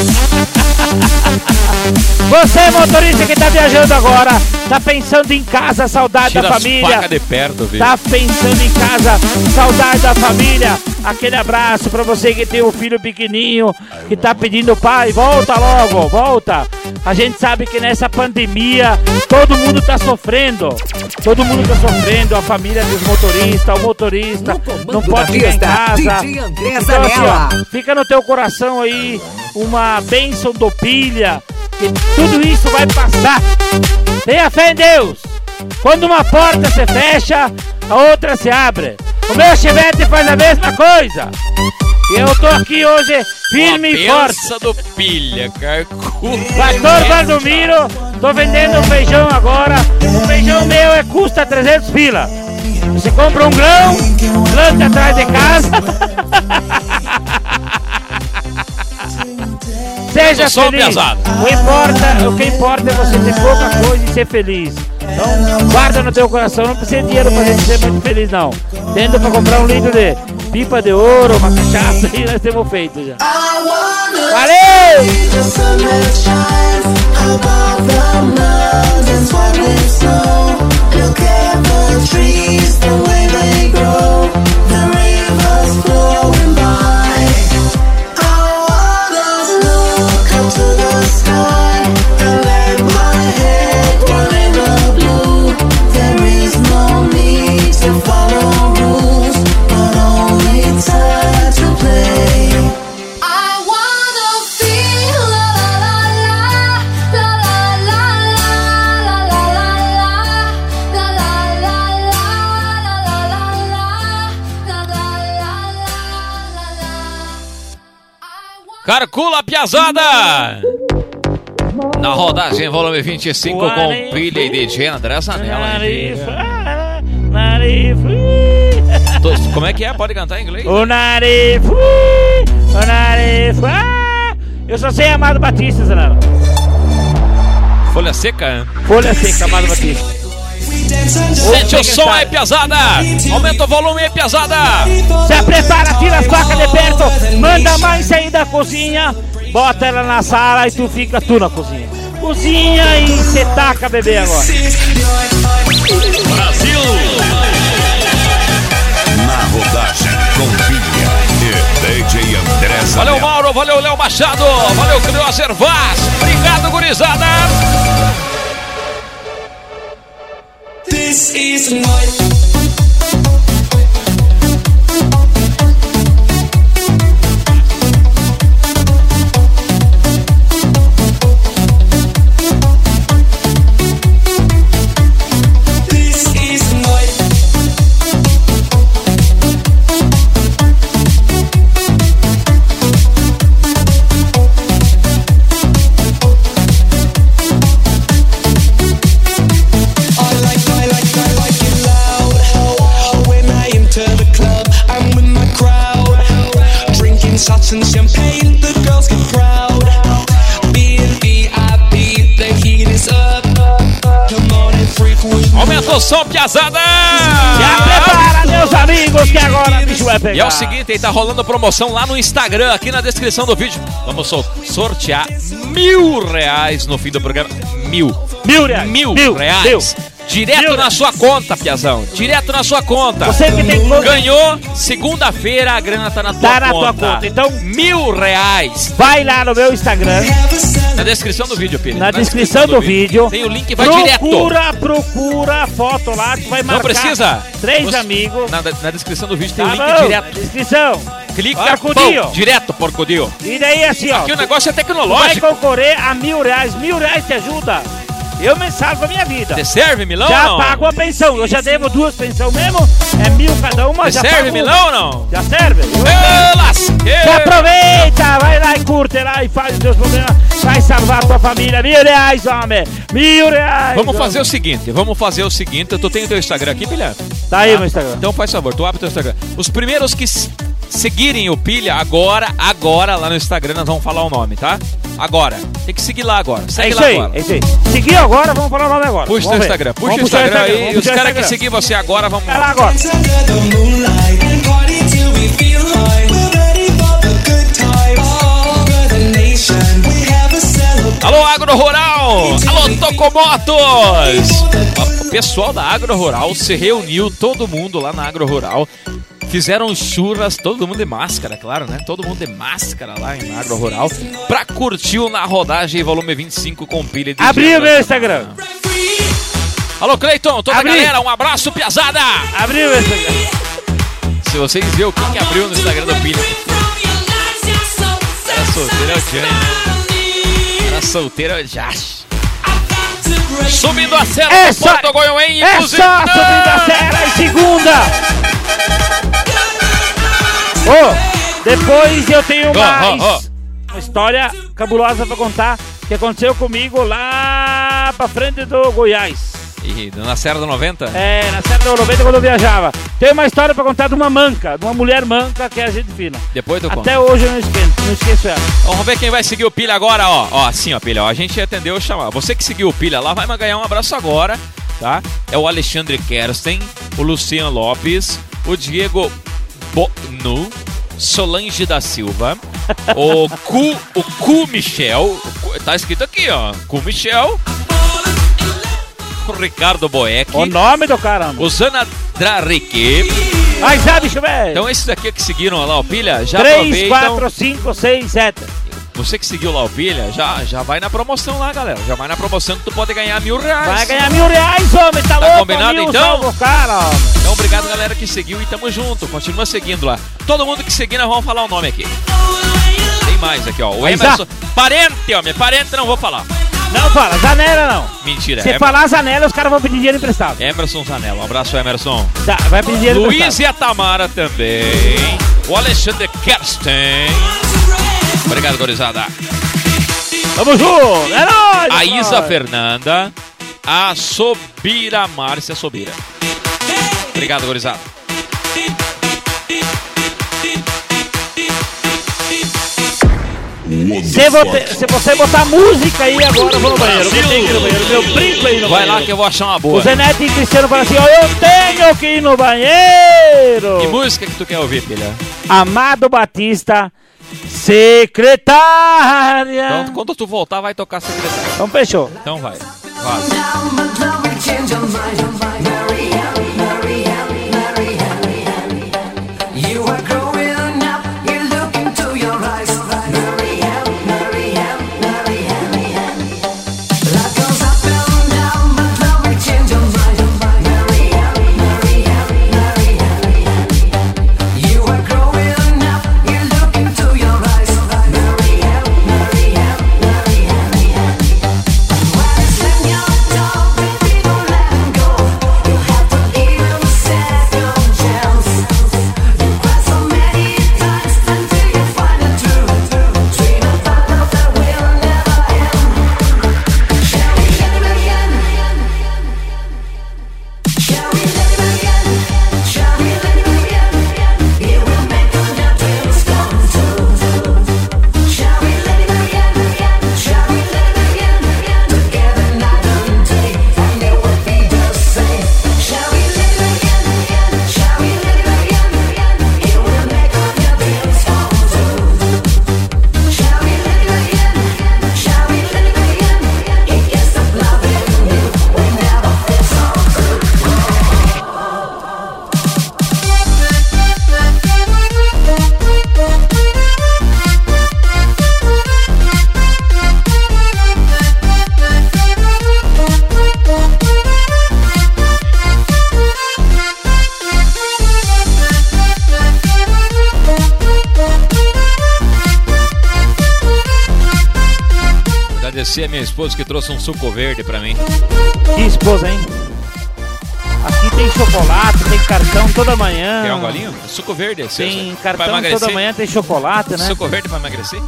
S3: Você, motorista que tá viajando agora, tá pensando em casa, saudade
S1: Tira
S3: da família.
S1: Faca de perto, viu?
S3: Tá pensando em casa, saudade da família. Aquele abraço pra você que tem um filho pequenininho, que tá pedindo pai, volta logo, volta. A gente sabe que nessa pandemia todo mundo tá sofrendo. Todo mundo tá sofrendo, a família dos motoristas, o motorista não pode ficar em casa. Então assim, ó, fica no teu coração aí uma bênção do Pilha, que tudo isso vai passar. Tenha fé em Deus. Quando uma porta se fecha, a outra se abre. O meu Chevette faz a mesma coisa. E eu tô aqui hoje firme e forte.
S1: Pensa do pilha, Carcula.
S3: Pastor Valdomiro, tô vendendo feijão agora. O feijão meu custa 300 pila. Você compra um grão, planta atrás de casa. Seja feliz. O que importa é você ter pouca coisa e ser feliz. Então, guarda no teu coração, não precisa de dinheiro pra gente ser muito feliz, não. Tendo pra comprar 1 litro de pipa de ouro, uma cachaça e nós temos feito já. Valeu!
S1: Carcula Piazada! Na rodagem volume 25 com Pilha e DJ André Zanella. Como é que é? Pode cantar em inglês?
S3: O nariz, eu só sei Amado Batista, Zanella.
S1: Folha seca?
S3: Folha seca, Amado Batista.
S1: Sente o som aí, Piazada! Aumenta o volume aí, Piazada!
S3: Se prepara, tira as facas de perto, manda a mãe sair da cozinha, bota ela na sala e tu fica na cozinha. Cozinha e cê taca bebê agora.
S2: Brasil! Na rodagem com Pilha e DJ André Zanella.
S1: Valeu, Mauro, valeu, Léo Machado, valeu, Cleo Servaz, obrigado, gurizada!
S5: This is my and champagne, the girls get proud. Being VIP, the heat is up. Come on and freak with me.
S1: Aumenta o som, Piazada!
S3: Já prepara, meus amigos, que agora o bicho vai pegar.
S1: E é o seguinte, aí tá rolando promoção lá no Instagram, aqui na descrição do vídeo. Vamos sortear R$1.000 no fim do programa. R$1.000. Direto na sua conta, Piazão. Direto na sua conta.
S3: Você que tem
S1: ganhou, segunda-feira a grana tá na tua conta.
S3: Então,
S1: R$1.000.
S3: Vai lá no meu Instagram.
S1: Na descrição do vídeo, Pedro.
S3: Na descrição do vídeo.
S1: Tem o link, vai direto.
S3: Procura a foto lá, que vai marcar.
S1: Não precisa.
S3: 3 amigos.
S1: Na descrição do vídeo tem o link direto.
S3: Descrição.
S1: Clica, direto, porcodio.
S3: E daí assim, ó.
S1: Aqui o negócio é tecnológico.
S3: Vai concorrer a R$1.000. R$1.000 te ajuda. Eu me salvo a minha vida.
S1: Você serve, Milão?
S3: Já
S1: ou não?
S3: pago a pensão. Eu já devo 2 pensões mesmo. É 1.000 cada uma.
S1: Você serve, Milão ou não?
S3: Já serve.
S1: Lasqueira.
S3: Aproveita, vai lá e curte lá e faz os teus problemas. Vai salvar a tua família. R$1.000, homem. R$1.000.
S1: Vamos fazer o seguinte. Tu tem o teu Instagram aqui, Pilha?
S3: Tá aí o meu Instagram.
S1: Então faz favor, tu abre o teu Instagram. Os primeiros que seguirem o Pilha agora lá no Instagram, nós vamos falar o nome, tá? Agora. Tem que seguir lá agora. Segue lá agora.
S3: É isso aí. Seguir agora, vamos falar o nome agora.
S1: Puxa o teu Instagram. Puxa o Instagram aí. E os caras que seguir você agora, vamos
S3: lá agora.
S1: Alô, Agro Rural! Alô, Tocomotos! O pessoal da Agro Rural se reuniu, todo mundo lá na Agro Rural. Fizeram churras, todo mundo de máscara, claro, né? Todo mundo de máscara lá em Agro Rural pra curtir o Na Rodagem volume 25 com Pilha de
S3: Abriu meu Instagram.
S1: Alô, Cleiton, toda a galera, um abraço, Piazada!
S3: Abriu meu Instagram.
S1: Se vocês verem quem que abriu no Instagram do Pilha. Era solteiro, é o Johnny, né? Era solteiro, é o Josh. Subindo a serra do Porto Goiôense.
S3: É só subindo a serra em segunda. Depois eu tenho uma história cabulosa pra contar que aconteceu comigo lá pra frente do Goiás.
S1: E na Serra do 90?
S3: É, na Serra do 90 quando eu viajava. Tem uma história pra contar de uma mulher manca que é a gente fina.
S1: Depois eu conto.
S3: Até hoje eu não esqueço ela.
S1: Vamos ver quem vai seguir o Pilha agora, ó. Assim, ó, Pilha, ó. A gente atendeu o chamar. Você que seguiu o Pilha lá vai ganhar um abraço agora, tá? É o Alexandre Kersten, o Luciano Lopes, o Diego Bonu, Solange da Silva, o Cu Michel, tá escrito aqui, ó, Cu Michel, o Ricardo Boeck,
S3: o nome do caramba,
S1: o Zana Drarique.
S3: Ai, já, bicho, velho.
S1: Então esses aqui que seguiram lá o Pilha, já
S3: 3, 4, 5, 6, 7.
S1: Você que seguiu lá o Pilha, já vai na promoção lá, galera. Já vai na promoção que tu pode ganhar R$1.000.
S3: Vai ganhar R$1.000, homem, tá louco?
S1: Combinado, então?
S3: Cara, homem.
S1: Então, obrigado, galera, que seguiu e tamo junto. Continua seguindo lá. Todo mundo que seguir, nós vamos falar o nome aqui. Tem mais aqui, ó. O Emerson. Parente, homem. Parente não vou falar.
S3: Não fala, Zanella não.
S1: Mentira.
S3: Se falar Zanella, os caras vão pedir dinheiro emprestado.
S1: Emerson Zanella. Um abraço, Emerson.
S3: Tá, vai pedir dinheiro emprestado.
S1: Luiz e a Tamara também. O Alexandre Kersten. Obrigado, gorizada.
S3: Tamo junto, é nóis!
S1: A Isa Fernanda, a Sobira, Márcia Sobira. Obrigado, gorizada.
S3: Se você botar música aí agora, eu vou no banheiro. Eu tenho que ir no banheiro. Meu brinco aí no banheiro.
S1: Vai lá que eu vou achar uma boa.
S3: O Zenete e Cristiano falam assim, ó, eu tenho que ir no banheiro.
S1: Que música que tu quer ouvir, filha?
S3: Amado Batista, Secretária.
S1: Então, quando tu voltar, vai tocar Secretária.
S3: Então, fechou.
S1: Então vai. Vaza. Agradecer a minha esposa que trouxe um suco verde pra mim.
S3: Que esposa, hein? Aqui tem chocolate, tem cartão toda manhã.
S1: Quer um golinho? Suco verde, é seu.
S3: Tem cartão toda manhã, tem chocolate, né?
S1: Suco verde pra emagrecer?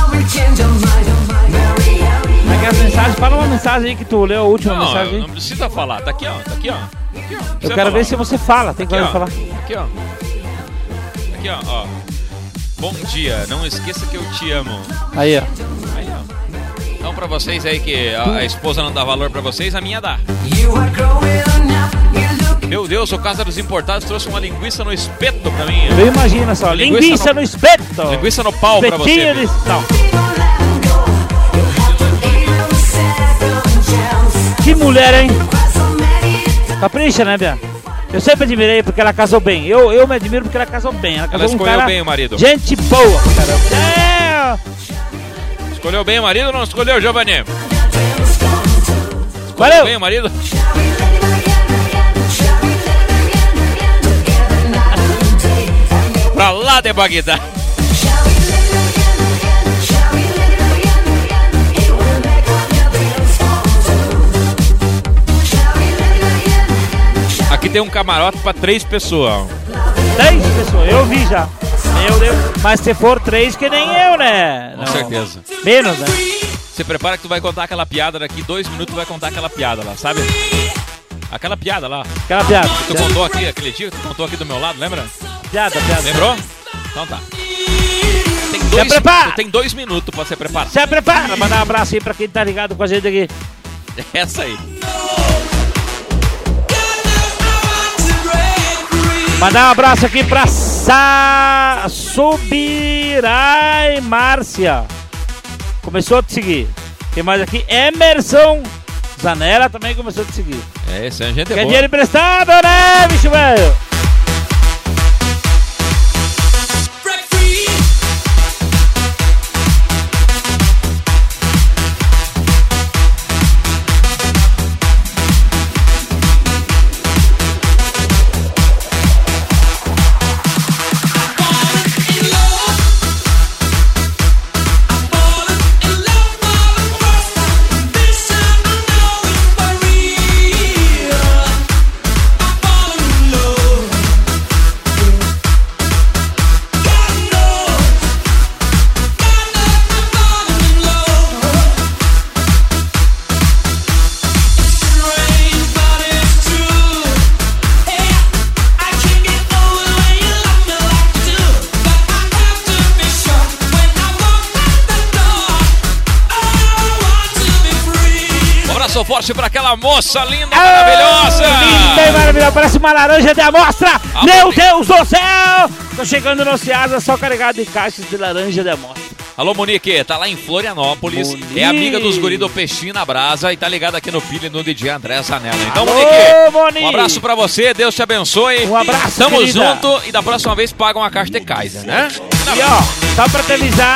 S3: Aqui as mensagens, fala uma mensagem aí que tu leu, a última mensagem aí.
S1: Não precisa falar, tá aqui, ó. Tá aqui, ó. Aqui, ó.
S3: Eu quero ver se você fala, tem coisa pra falar.
S1: Aqui, ó. Aqui, ó. Bom dia, não esqueça que eu te amo.
S3: Aí, ó.
S1: Aí, ó. Então, pra vocês aí que a esposa não dá valor pra vocês, a minha dá. Meu Deus, o Casa dos Importados trouxe uma linguiça no espeto pra mim.
S3: Eu imagino só, linguiça no espeto.
S1: Linguiça no pau pra você.
S3: Não. Que mulher, hein? Capricha, né, Bia? Eu sempre admirei porque ela casou bem. Eu me admiro porque ela casou bem. Ela casou
S1: escolheu
S3: um cara
S1: bem o marido.
S3: Gente boa, caramba.
S1: Escolheu bem o marido ou não escolheu, Giovanni?
S3: Valeu.
S1: Bem o marido? Pra lá de Bagdá. Aqui tem um camarote pra 3 pessoas.
S3: 10 pessoas, eu vi já. Meu Deus. Mas se for 3, que nem eu, né?
S1: Com certeza.
S3: Menos, né?
S1: Você prepara que tu vai contar aquela piada daqui 2 minutos, tu vai contar aquela piada lá, sabe? Aquela piada lá.
S3: Aquela piada.
S1: Que tu contou aqui, aquele dia que tu contou aqui do meu lado, lembra?
S3: Piada.
S1: Lembrou? Então tá. Tem 2 minutos pra se preparar.
S3: Se prepara. Mandar um abraço aí pra quem tá ligado com a gente aqui.
S1: Essa aí.
S3: Mandar um abraço aqui pra Subirai Márcia. Começou a te seguir. Tem mais aqui? Emerson Zanella também começou a te seguir.
S1: Esse é a gente
S3: Quer
S1: boa.
S3: dinheiro emprestado, né, bicho velho?
S1: Forte pra aquela moça linda, maravilhosa!
S3: Linda e maravilhosa, parece uma laranja de amostra! Meu Deus do céu! Tô chegando no Ceasa só carregado de caixas de laranja de amostra.
S1: Alô, Monique, tá lá em Florianópolis, é amiga dos guri do Peixinho na Brasa e tá ligada aqui no Pilha no DJ André Zanella. Então, Monique, um abraço pra você, Deus te abençoe.
S3: Um abraço,
S1: tamo
S3: querida.
S1: Junto e da próxima vez paga uma caixa de Kaiser, né?
S3: E ó, só pra te avisar,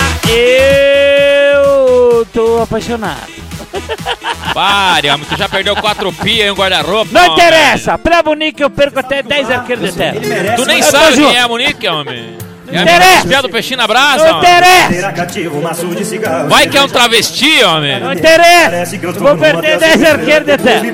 S3: eu tô apaixonado.
S1: Pare, homem, tu já perdeu 4 pia em um guarda-roupa.
S3: Não interessa, pra Monique eu perco até 10 arqueiros de terra.
S1: Tu nem sabe quem é a Monique, homem.
S3: Não interessa.
S1: É a do Peixinho na Brasa.
S3: Não interessa.
S1: Vai que é um travesti, homem.
S3: Não interessa. Vou perder 10 arqueiros de terra.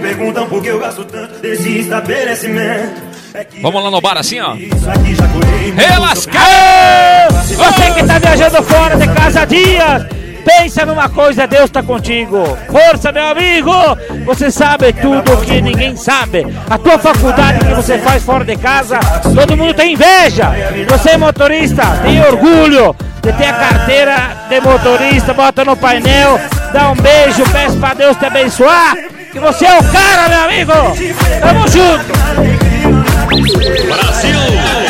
S1: Vamos lá no bar assim, ó. Relascado!
S3: Você que tá viajando fora de casa há dias, pensa numa coisa, Deus tá contigo. Força, meu amigo! Você sabe tudo o que ninguém sabe. A tua faculdade que você faz fora de casa, todo mundo tem inveja. Você é motorista, tem orgulho de ter a carteira de motorista, bota no painel, dá um beijo, peço pra Deus te abençoar, que você é o cara, meu amigo! Tamo junto!
S1: Brasil!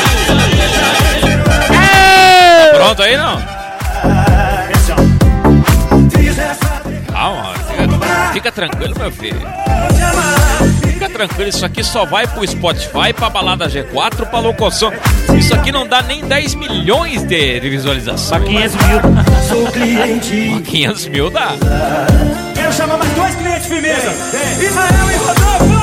S3: Tá
S1: pronto aí, não? Calma, fica tranquilo, meu filho. Fica tranquilo, isso aqui só vai pro Spotify, pra balada G4, pra locução. Isso aqui não dá nem 10 milhões de visualização.
S3: Pra 500 mil.
S12: Sou cliente.
S1: Pra 500 mil dá.
S12: Quero chamar mais 2 clientes firmeza. Israel e Rodolfo.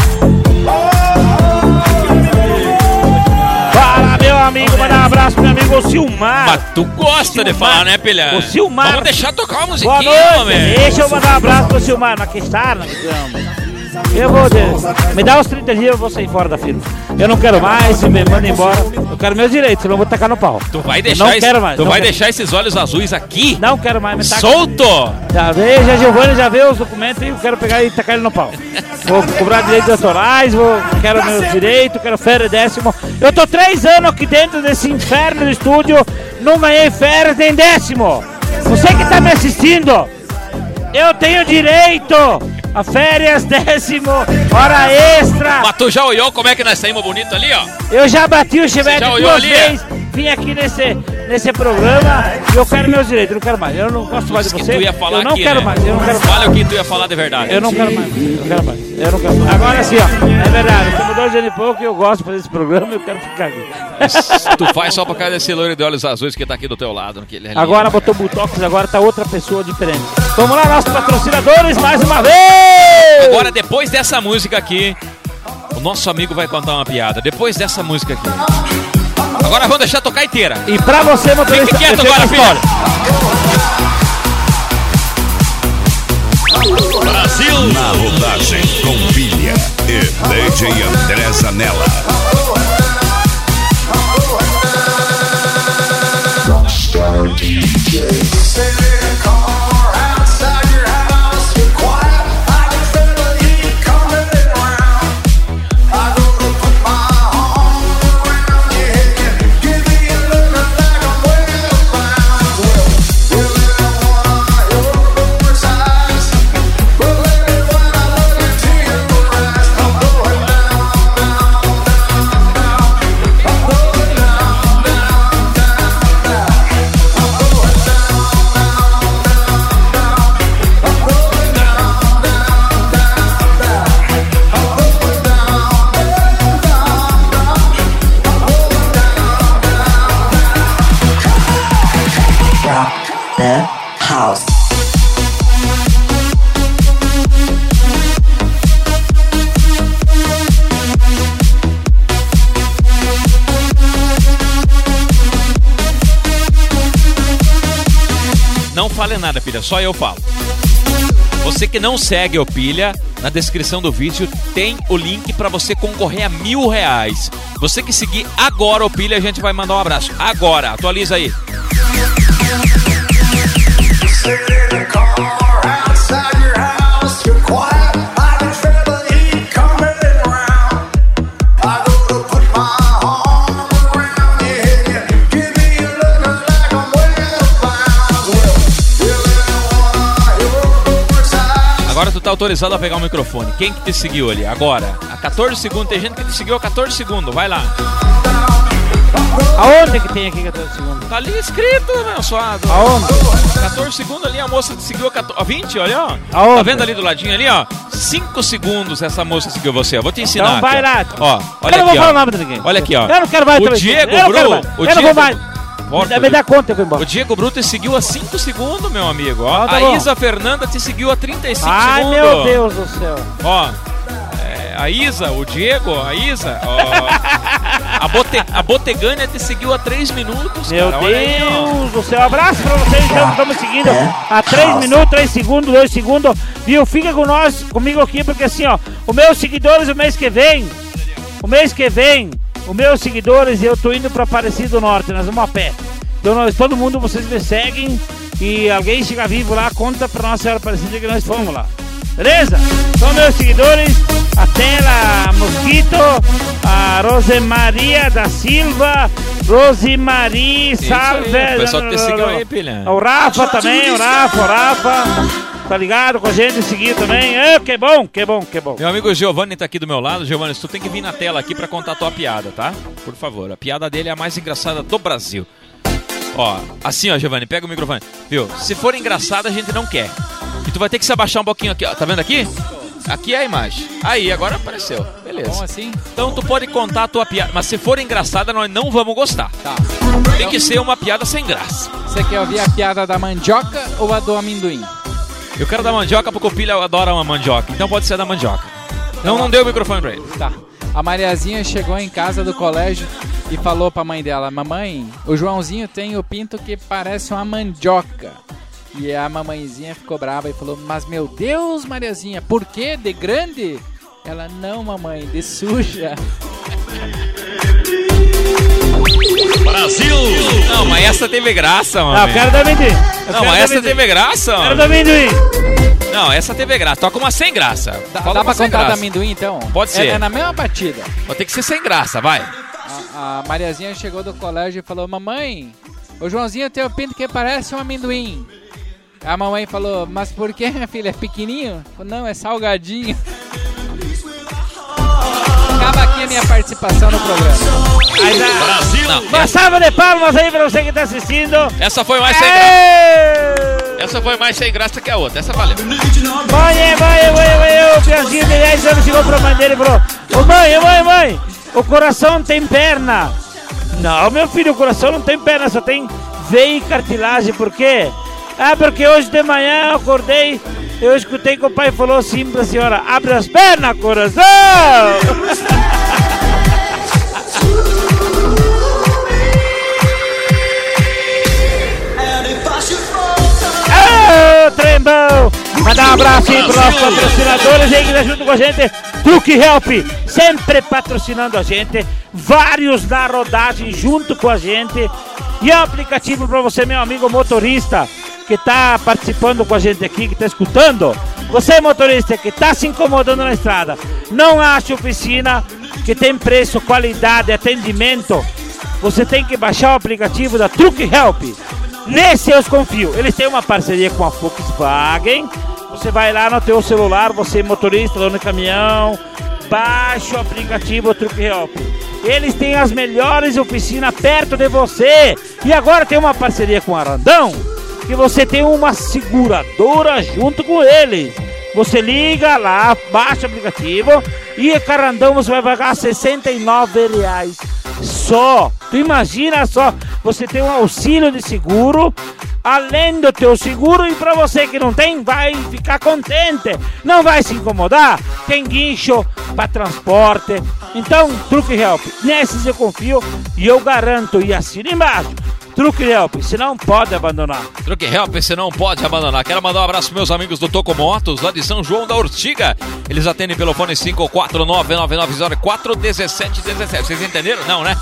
S3: Fala, meu amigo, mandar um abraço pro meu amigo Silmar.
S1: Mas tu gosta de falar, né, Pilha?
S3: O Silmar.
S1: Vamos deixar tocar uma
S3: Boa
S1: musiquinha,
S3: noite.
S1: homem.
S3: Deixa eu mandar um abraço pro Silmar. Mas que está, eu vou. Me dá uns 30 dias, eu vou sair fora da firma. Eu não quero mais, me manda embora. Eu quero meus direitos, senão eu vou tacar no pau.
S1: Tu vai deixar,
S3: não quero mais.
S1: Tu
S3: não
S1: vai
S3: quero.
S1: deixar esses olhos azuis aqui?
S3: Não quero mais, me taca.
S1: Solto!
S3: Já veio, a Giovanni já vê os documentos e eu quero pegar e tacar ele no pau. Vou cobrar direitos autorais, quero meus direitos, quero férias décimo. Eu tô 3 anos aqui dentro desse inferno do estúdio, não ganhei férias nem décimo. Você que tá me assistindo, eu tenho direito a férias décimo, hora extra.
S1: Mas tu já olhou como é que nós saímos bonito ali, ó?
S3: Eu já bati o chevette
S1: já olhou
S3: 2
S1: ali,
S3: vezes, vim aqui nesse programa e eu quero meus direitos, eu não quero mais. Eu não gosto mais de você.
S1: Tu ia falar
S3: eu não
S1: aqui,
S3: quero
S1: né?
S3: mais, eu não quero mais.
S1: Fala o que tu ia falar de verdade.
S3: Eu não quero mais, eu não quero mais, eu não quero mais. Agora sim, ó, é verdade, você mudou de ano e pouco e eu gosto de fazer esse programa e eu quero ficar aqui.
S1: Tu faz só pra causa desse loiro de olhos azuis que tá aqui do teu lado. Ele é
S3: agora botou botox, agora tá outra pessoa diferente. Vamos lá, nossos patrocinadores, mais uma vez!
S1: Agora, depois dessa música aqui, o nosso amigo vai contar uma piada. Depois dessa música aqui. Agora vamos deixar tocar inteira.
S3: E pra você, motorista,
S1: fique quieto agora, filho.
S2: Brasil! Na rodagem com Pilha e DJ André Zanella.
S1: fale nada, Pilha, só eu falo. Você que não segue o Pilha, na descrição do vídeo tem o link pra você concorrer a R$1.000. Você que seguir agora o Pilha, a gente vai mandar um abraço. Agora, atualiza aí. Agora tu tá autorizado a pegar o microfone. Quem que te seguiu ali? Agora. A 14 segundos. Tem gente que te seguiu a 14 segundos. Vai lá.
S3: Aonde que tem aqui 14 segundos?
S1: Tá ali escrito, meu suado.
S3: Aonde?
S1: 14 segundos ali, a moça te seguiu a 20, olha, ó.
S3: Aonde?
S1: Tá vendo ali do ladinho ali, ó? 5 segundos essa moça seguiu você. Eu vou te ensinar.
S3: Então vai lá.
S1: Ó, olha
S3: eu não vou
S1: aqui,
S3: falar
S1: ó.
S3: o nome de ninguém.
S1: Olha aqui, ó.
S3: Eu não quero mais.
S1: O Diego Bru.
S3: Eu não vou mais. Me dá conta, eu vou embora.
S1: O Diego Bru te seguiu a 5 segundos, meu amigo. Ó,
S3: tá
S1: a
S3: bom.
S1: Isa Fernanda te seguiu a 35
S3: Ai,
S1: segundos.
S3: meu Deus do céu.
S1: Ó, a Isa, o Diego, a Isa, ó, a Botegânia te seguiu a 3 minutos,
S3: Meu
S1: cara. Olha aí, ó.
S3: Deus do céu. Abraço pra vocês, então, estamos seguindo a 3 minutos, 3 segundos, 2 segundos. Viu? Fica com nós, comigo aqui, porque assim, ó, os meus seguidores, o mês que vem, os meus seguidores, eu tô indo pra Aparecida do Norte, nós vamos a pé. Então todo mundo, vocês me seguem e alguém chega vivo lá, conta pra Nossa Senhora Aparecida que nós fomos lá. Beleza? São meus seguidores, a Tela Mosquito, a Rosemaria da Silva, Rosemary Salve.
S1: O pessoal que te seguiu aí, Pilha.
S3: O Rafa também, o Rafa. Tá ligado com a gente, seguir também. Que bom.
S1: Meu amigo Giovanni tá aqui do meu lado. Giovanni, tu tem que vir na tela aqui pra contar a tua piada, tá? Por favor, a piada dele é a mais engraçada do Brasil. Ó, assim ó, Giovanni, pega o microfone. Viu? Se for engraçado, a gente não quer. E tu vai ter que se abaixar um pouquinho aqui, ó. Tá vendo aqui? Aqui é a imagem. Aí, agora apareceu. Beleza.
S13: Bom assim?
S1: Então tu pode contar a tua piada. Mas se for engraçada, nós não vamos gostar.
S13: Tá.
S1: Tem que ser uma piada sem graça.
S13: Você quer ouvir a piada da mandioca ou a do amendoim?
S1: Eu quero da mandioca porque o Pilha adora uma mandioca. Então pode ser da mandioca. Não deu o microfone pra ele.
S13: Tá. A Mariazinha chegou em casa do colégio e falou pra mãe dela: mamãe, o Joãozinho tem o pinto que parece uma mandioca. E a mamãezinha ficou brava e falou: mas meu Deus, Mariazinha, por quê? De grande? Ela: não, mamãe, de suja.
S1: Brasil! Não, mas essa teve graça, mano.
S3: Não, eu quero dar amendoim.
S1: Não, mas essa teve graça, mano.
S3: Quero dar amendoim.
S1: Não, essa teve graça. Toca uma sem graça.
S13: Dá pra contar da amendoim, então?
S1: Pode ser.
S13: É na mesma batida.
S1: Vai ter que ser sem graça, vai.
S13: A Mariazinha chegou do colégio e falou: mamãe, o Joãozinho tem o pinto que parece um amendoim. A mamãe falou: mas por que, minha filha? É pequenininho? Não, é salgadinho. Acaba aqui a minha participação no programa.
S1: Brasil! Não,
S3: uma salva de palmas aí pra você que tá assistindo.
S1: Essa foi mais sem graça. Essa foi mais sem graça que a outra. Essa valeu.
S3: Mãe, o Pianzinho de 10 anos chegou pra mãe dele e falou: ô mãe, o coração tem perna. Não, meu filho, o coração não tem perna, só tem veia e cartilagem. Por quê? Ah, porque hoje de manhã eu acordei, eu escutei que o pai falou assim pra senhora: abre as pernas, coração! Trembão! Mandar um abraço aí para os nossos patrocinadores aí que estão junto com a gente. Truque Help, sempre patrocinando a gente. Vários na rodagem junto com a gente. E é um aplicativo para você, meu amigo motorista, que está participando com a gente aqui, que está escutando. Você, motorista, que está se incomodando na estrada, não acha oficina que tem preço, qualidade, atendimento. Você tem que baixar o aplicativo da Truque Help. Nesse eu confio. Eles têm uma parceria com a Volkswagen. Você vai lá no teu celular, você motorista, dono de caminhão, baixa o aplicativo Truque Help. Eles têm as melhores oficinas perto de você. E agora tem uma parceria com a Randão, que você tem uma seguradora junto com eles. Você liga lá, baixa o aplicativo e a Carandão você vai pagar R$69 só. Tu imagina só, você tem um auxílio de seguro, além do teu seguro, e para você que não tem, vai ficar contente, não vai se incomodar, tem guincho para transporte. Então, Truque Help, nesses eu confio e eu garanto, e assina embaixo, Truck Help, você não pode abandonar.
S1: Truck Help, você não pode abandonar. Quero mandar um abraço para meus amigos do Toco Motos, lá de São João da Ortiga. Eles atendem pelo fone 549-9904-1717. Vocês entenderam? Não, né?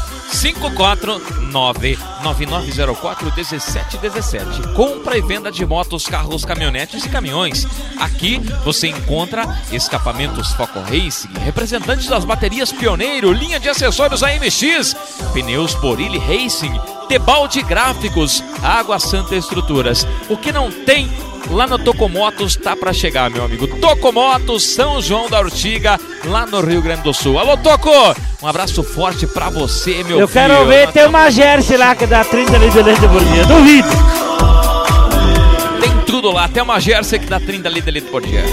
S1: 549-9904-1717. Compra e venda de motos, carros, caminhonetes e caminhões. Aqui você encontra escapamentos Foco Racing, representantes das baterias Pioneiro, linha de acessórios AMX, pneus Borilli Racing, Tebalde Gráficos, Água Santa Estruturas. O que não tem lá no Tocomotos tá pra chegar, meu amigo. Tocomotos, São João da Ortiga, lá no Rio Grande do Sul. Alô, Toco! Um abraço forte pra você, meu filho.
S3: Eu quero ver, tem uma Jersey lá que dá 30 litros de leite por dia. Duvido.
S1: Tem tudo lá, até uma Jersey que dá 30 litros de leite por dia.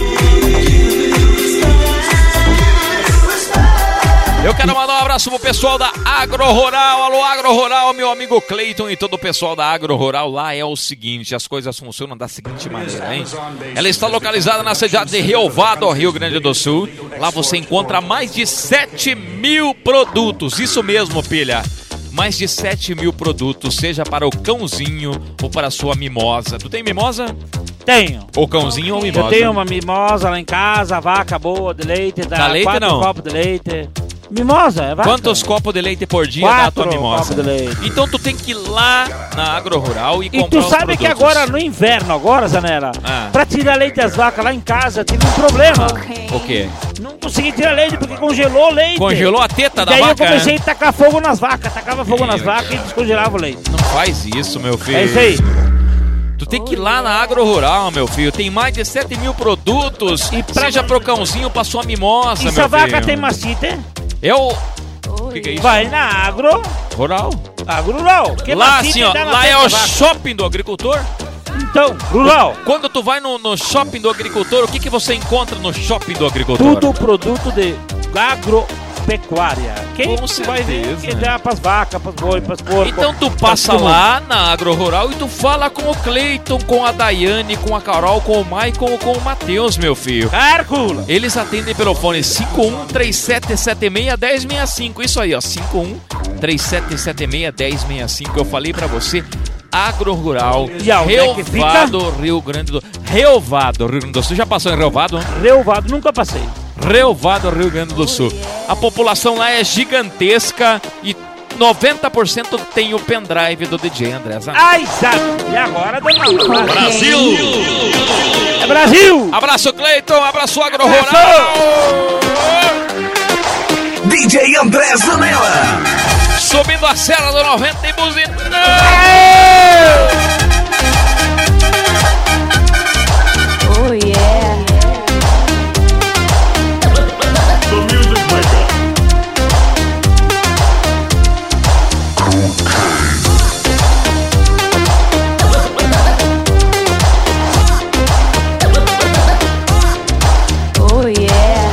S1: Eu quero mandar um abraço pro pessoal da Agro Rural. Alô, Agro Rural, meu amigo Cleiton e todo o pessoal da Agro Rural. Lá é o seguinte, as coisas funcionam da seguinte maneira, hein? Ela está localizada na cidade de Rio Vado, Rio Grande do Sul. Lá você encontra mais de 7 mil produtos. Isso mesmo, pilha. Mais de 7 mil produtos, seja para o cãozinho ou para a sua mimosa. Tu tem mimosa?
S3: Tenho.
S1: Ou cãozinho ou mimosa?
S3: Eu tenho uma mimosa lá em casa, vaca boa de leite. Dá
S1: leite
S3: 4
S1: não?
S3: copos de leite. Mimosa, é vaca.
S1: Quantos copos de leite por dia
S3: 4
S1: dá a tua mimosa?
S3: copos de leite.
S1: Então tu tem que ir lá na Agro Rural e comprar
S3: E tu
S1: os
S3: sabe que
S1: produtos.
S3: agora, no inverno, Zanera,
S1: Ah.
S3: pra tirar leite das vacas lá em casa, tive um problema.
S1: O quê?
S3: Não consegui tirar leite porque congelou o leite.
S1: Congelou a teta da
S3: Daí
S1: vaca?
S3: eu comecei a tacar fogo nas vacas. Tacava fogo nas vacas e descongelava o leite.
S1: Não faz isso, meu filho.
S3: É isso aí.
S1: Tu tem que ir lá na Agro Rural, meu filho. Tem mais de 7 mil produtos. Seja pro cãozinho, pra sua mimosa,
S3: E
S1: meu
S3: se a vaca
S1: filho.
S3: tem mastite?
S1: Eu... O que é isso?
S3: Vai na Agro
S1: Rural.
S3: Agro Rural. Que
S1: Lá,
S3: mastite
S1: assim, ó,
S3: dá na
S1: lá é
S3: teta
S1: o
S3: da vaca.
S1: shopping do agricultor.
S3: Então, Rural.
S1: Quando tu vai no shopping do agricultor, o que você encontra no shopping do agricultor?
S3: Tudo produto de agropecuária. Quem
S1: Com
S3: tu vai ver
S1: certeza.
S3: que dá pras vacas, pras boi, pras porcos.
S1: Então tu passa lá na Agro Rural e tu fala com o Cleiton, com a Daiane, com a Carol, com o Maicon, com o Matheus, meu filho.
S3: Cálculo.
S1: Eles atendem pelo fone 5137761065. Isso aí, ó, 5137761065. Eu falei pra você, Agro Rural,
S3: E aonde é que fica?
S1: Reovado, Rio Grande do Sul. Reovado, Rio Grande do Sul. Já passou em Reovado?
S3: Reovado, nunca passei.
S1: Reovado, Rio Grande do Sul. A população lá é gigantesca e 90% tem o pendrive do DJ André Zanella.
S3: Ai, sabe. E agora, dona
S1: Brasil!
S3: É Brasil!
S1: Abraço, Cleiton. Abraço, Agro Rural.
S14: DJ André Zanella.
S1: Subindo a Serra do 90 e buzina.
S6: Oh yeah. Oh yeah.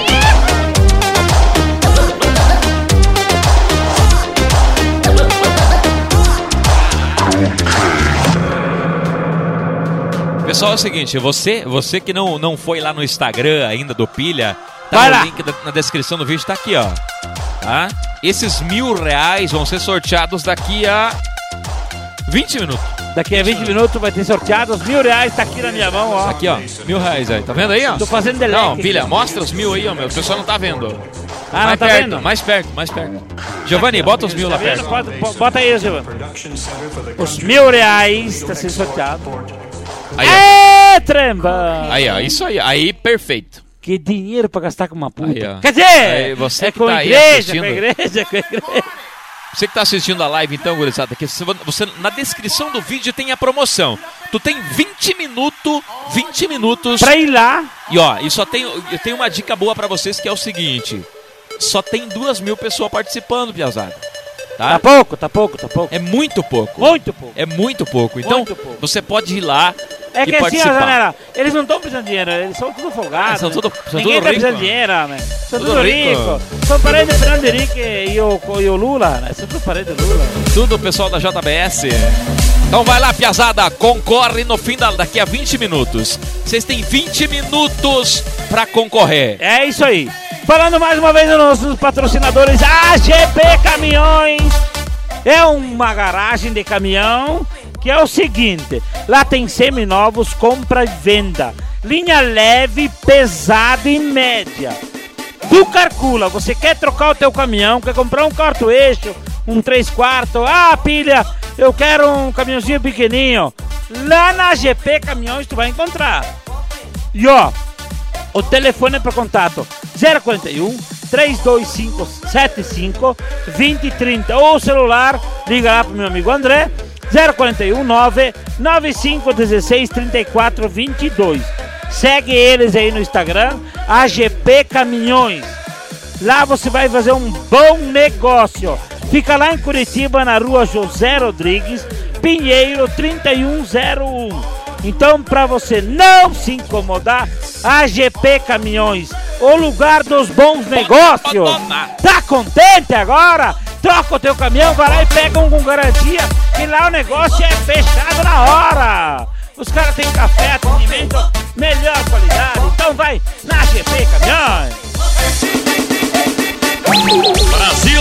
S1: Pessoal, é o seguinte, você que não foi lá no Instagram ainda do Pilha, tá
S3: Vai
S1: no
S3: lá.
S1: link na descrição do vídeo, tá aqui, ó. Tá? Esses R$1.000 vão ser sorteados daqui a 20 minutos.
S3: Daqui a 20 minutos vai ter sorteado os R$1.000, tá aqui na minha mão, ó.
S1: Aqui, ó, R$1.000 aí, tá vendo aí, ó?
S3: Tô fazendo delay.
S1: Não, Pilha, mostra os 1.000 aí, ó, meu, o pessoal não tá vendo.
S3: Ah, não
S1: mais
S3: tá
S1: perto,
S3: vendo?
S1: mais perto, mais perto. Giovanni, bota os 1.000 lá
S3: Tá vendo?
S1: perto.
S3: Bota aí, Giovanni. Os R$1.000 tá sendo sorteado.
S1: Aí, ó.
S3: É, tremba!
S1: Aí, ó, isso aí, aí, perfeito.
S3: Que dinheiro pra gastar com uma puta.
S1: Aí, ó.
S3: Quer dizer,
S1: Aí, você
S3: é
S1: que
S3: com
S1: tá aí
S3: igreja,
S1: assistindo.
S3: com igreja, com igreja.
S1: Você que tá assistindo a live, então, gurizada, que você na descrição do vídeo tem a promoção. Tu tem 20 minutos
S3: Pra ir lá.
S1: E ó, eu tenho uma dica boa pra vocês, que é o seguinte: só tem 2.000 pessoas participando, piazada. Tá?
S3: Tá pouco.
S1: É muito pouco.
S3: Muito pouco.
S1: É muito pouco. Então,
S3: Muito pouco.
S1: você pode ir lá
S3: É que
S1: e
S3: assim, ó,
S1: participar.
S3: Zanera, eles não estão precisando de dinheiro, eles são tudo folgados.
S1: São tudo
S3: Ninguém
S1: rico.
S3: tá precisando de dinheiro, né? São
S1: Tudo
S3: tudo
S1: rico.
S3: rico. São parentes de Fernando Henrique e o Lula, né? São tudo parentes do Lula.
S1: Tudo o pessoal da JBS. Então vai lá, piazada, concorre no fim daqui a 20 minutos. Vocês têm 20 minutos pra concorrer.
S3: É isso aí. Falando mais uma vez dos nossos patrocinadores, AGP Caminhões. É uma garagem de caminhão que é o seguinte, lá tem seminovos, compra e venda, linha leve, pesado e média. Tu calcula, você quer trocar o teu caminhão, quer comprar um quarto-eixo, um 3/4, pilha, eu quero um caminhãozinho pequenininho. Lá na GP Caminhões tu vai encontrar. E ó, o telefone para contato 041 3275 2030 ou o celular, liga lá pro meu amigo André, 041 99516 3422. Segue eles aí no Instagram, AGP Caminhões. Lá você vai fazer um bom negócio. Fica lá em Curitiba, na rua José Rodrigues, Pinheiro 3101. Então, para você não se incomodar, AGP Caminhões, o lugar dos bons negócios. Tá contente agora? Troca o teu caminhão, vai lá e pega um com garantia, que lá o negócio é fechado na hora. Os caras têm café, atendimento, melhor qualidade. Então vai na AGP Caminhões.
S1: Brasil!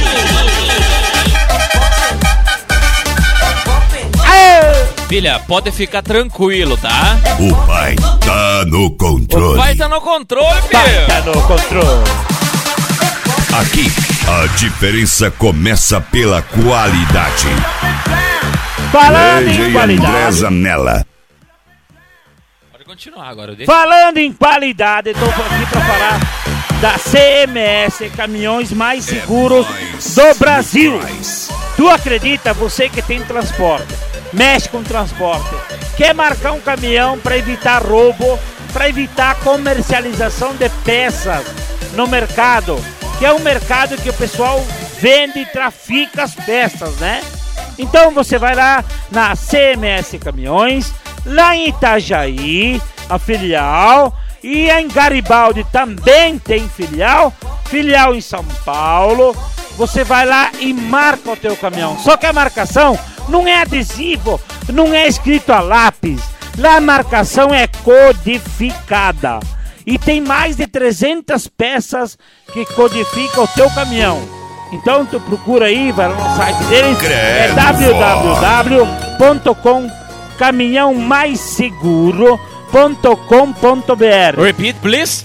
S1: Filha, pode ficar tranquilo, tá?
S2: O pai tá no controle.
S1: O pai tá no controle, filho.
S3: Pai tá no controle.
S2: Aqui, a diferença começa pela qualidade.
S3: Falando em
S2: DJ
S3: qualidade.
S2: André Zanella.
S1: Pode continuar agora.
S3: Falando em qualidade, estou aqui para falar da CMS, Caminhões Mais Seguros do Brasil. Tu acredita, você que tem transporte, mexe com transporte, quer marcar um caminhão para evitar roubo, para evitar comercialização de peças no mercado, que é um mercado que o pessoal vende e trafica as peças, né? Então você vai lá na CMS Caminhões, lá em Itajaí, a filial, e em Garibaldi também tem filial em São Paulo. Você vai lá e marca o teu caminhão. Só que a marcação não é adesivo, não é escrito a lápis. Lá a marcação é codificada. E tem mais de 300 peças que codificam o teu caminhão. Então tu procura aí, vai lá no site deles, é www.caminhãomaisseguro.com.br.
S1: Repeat, please.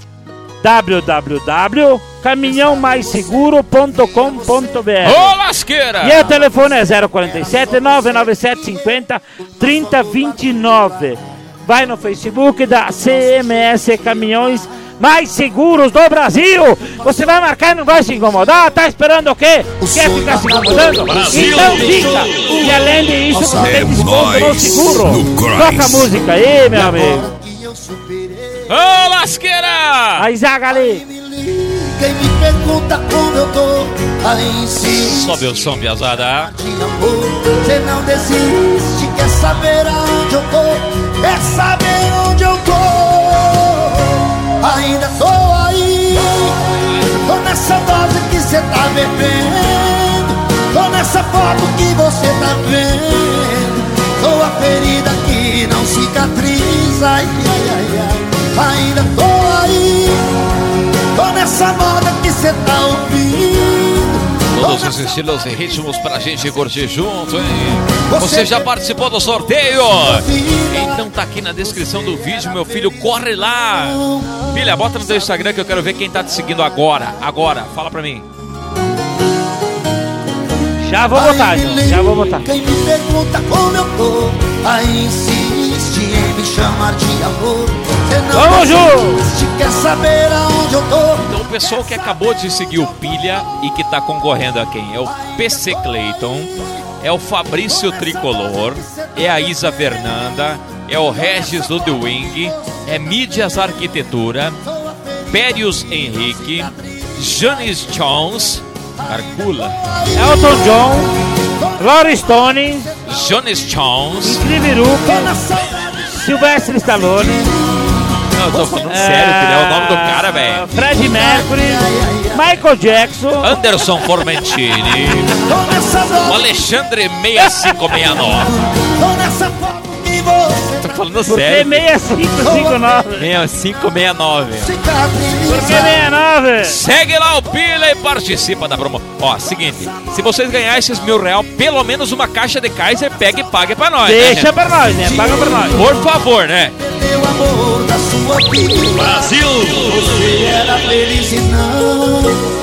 S3: www.caminhãomaisseguro.com.br.
S1: Ô, lasqueira!
S3: E o telefone é 047 997 50 3029. Vai no Facebook da CMS Caminhões Mais Seguros do Brasil. Você vai marcar e não vai se incomodar? Tá esperando o quê? Quer ficar se incomodando?
S2: Brasil.
S3: Então fica! E além disso, você tem desconto no seguro.
S2: no
S3: Toca a música aí, meu amigo.
S1: Ô, lasqueira!
S3: Aí, Zagali.
S11: Quem me pergunta como eu tô, aí insiste.
S1: Sobe o som, piazada.
S11: Você não desiste, quer saber aonde eu tô, quer saber onde eu tô. Ainda tô aí, tô nessa dose que cê tá bebendo, tô nessa foto que você tá vendo, tô a ferida que não cicatriza, ai, ai, ai, ai. Ainda tô aí, tô nessa moda que cê tá ouvindo.
S1: Todos os estilos e ritmos pra gente curtir junto, hein? Você já participou do sorteio? Então tá aqui na descrição do vídeo, meu filho, corre lá. Filha, bota no teu Instagram que eu quero ver quem tá te seguindo agora. Agora, fala pra mim.
S3: Já vou botar, já vou botar.
S11: Quem me pergunta como eu tô, aí insiste em me chamar de amor.
S3: Vamos, Ju!
S11: Quer saber aonde eu tô?
S1: Então o pessoal que acabou de seguir o Pilha e que tá concorrendo a quem? É o PC Clayton, é o Fabrício Tricolor, é a Isa Fernanda, é o Regis do The Wing, é Mídias Arquitetura, Périos Henrique, Janis Jones, Carcula,
S3: Elton John, Glory Stone,
S1: Janis Jones,
S3: Kriviruka, Sylvester Stallone.
S1: Não, eu tô falando sério, filho, é o nome do cara, velho.
S3: Fred Mercury, Michael Jackson,
S1: Anderson Formentini, o Alexandre 6569. Tô falando
S3: Por que
S1: sério.
S3: 6559?
S1: 6569.
S3: Por que 69?
S1: Segue lá o Pilha e participa da promoção. Ó, seguinte, se vocês ganharem esses R$1.000, pelo menos uma caixa de Kaiser, pega e pague pra nós.
S3: Deixa
S1: né?
S3: pra nós, né? Paga pra nós.
S1: Por favor, né?
S11: Meu amor da sua vida.
S1: Brasil!
S11: Você era feliz e não.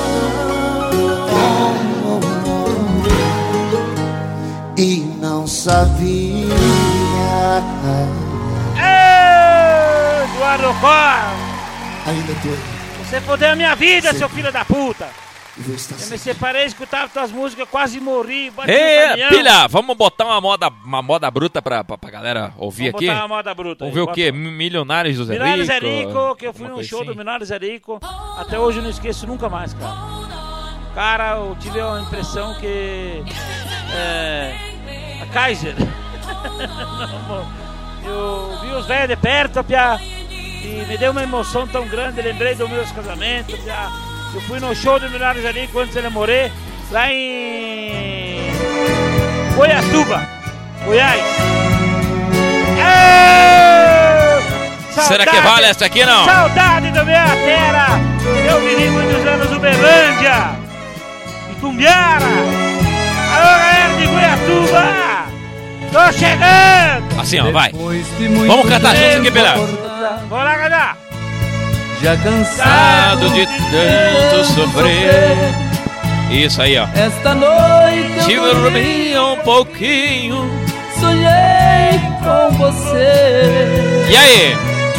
S11: E não sabia.
S3: Eduardo Costa!
S11: Ainda tô aí.
S3: Você fodeu a minha vida, seu filho da puta!
S11: Eu vou estar
S3: Eu me separei, escutava tuas músicas, quase morri, bati no
S1: Ei,
S3: caminhão.
S1: Pilha, vamos botar uma moda bruta pra galera ouvir
S3: Vamos
S1: aqui?
S3: botar uma moda bruta
S1: Vamos
S3: aí,
S1: ver o
S3: bota.
S1: quê? Milionários do Zé Rico?
S3: Milionários Zé Rico, que eu fui
S1: Uma
S3: num
S1: coisa
S3: show
S1: assim?
S3: do Milionários Zé Rico. Até hoje eu não esqueço nunca mais, cara. Cara, eu tive a impressão que... a Kaiser... eu vi os velhos de perto, piá, e me deu uma emoção tão grande, lembrei dos meus casamentos, piá. Eu fui no show do Milionários ali, antes de morrer, lá em Goiatuba, Goiás.
S1: Será que vale essa aqui, não?
S3: Saudade da minha terra! Eu vivi muitos anos no Uberlândia, Itumbiara. Alô, galera de Goiatuba! Tô chegando!
S1: Assim, ó, vai. Vamos cantar juntos aqui, Pilha.
S3: Vamos lá cantar!
S1: Já cansado de tanto sofrer. Isso aí, ó.
S5: Esta noite
S1: Tive
S5: eu
S1: dormi um pouquinho.
S5: sonhei com você.
S1: E aí?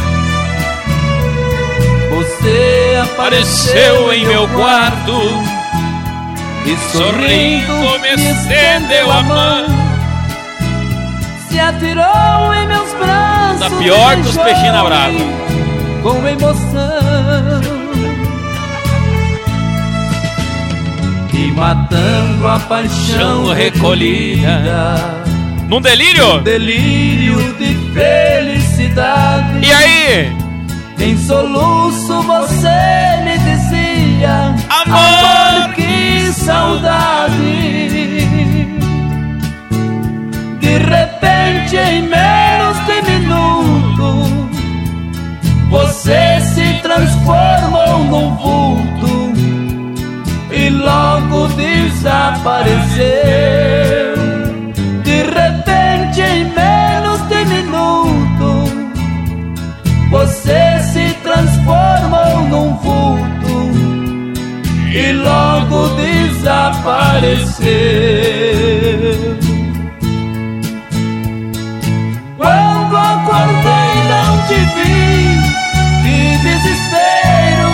S5: Você
S1: Apareceu em meu quarto e sorrindo me estendeu a mão.
S5: se atirou em meus braços.
S1: Da pior dos peixinhos na brava.
S5: Com emoção e matando a paixão recolhida
S1: num delírio?
S5: Delírio de felicidade.
S1: E aí?
S5: Em soluço você me dizia:
S1: amor,
S5: que saudade. De repente, em menos de minuto, você se transformou num vulto e logo desapareceu. De repente, em menos de minuto, você se transformou num vulto e logo desapareceu. Quando acordei não te vi, que desespero.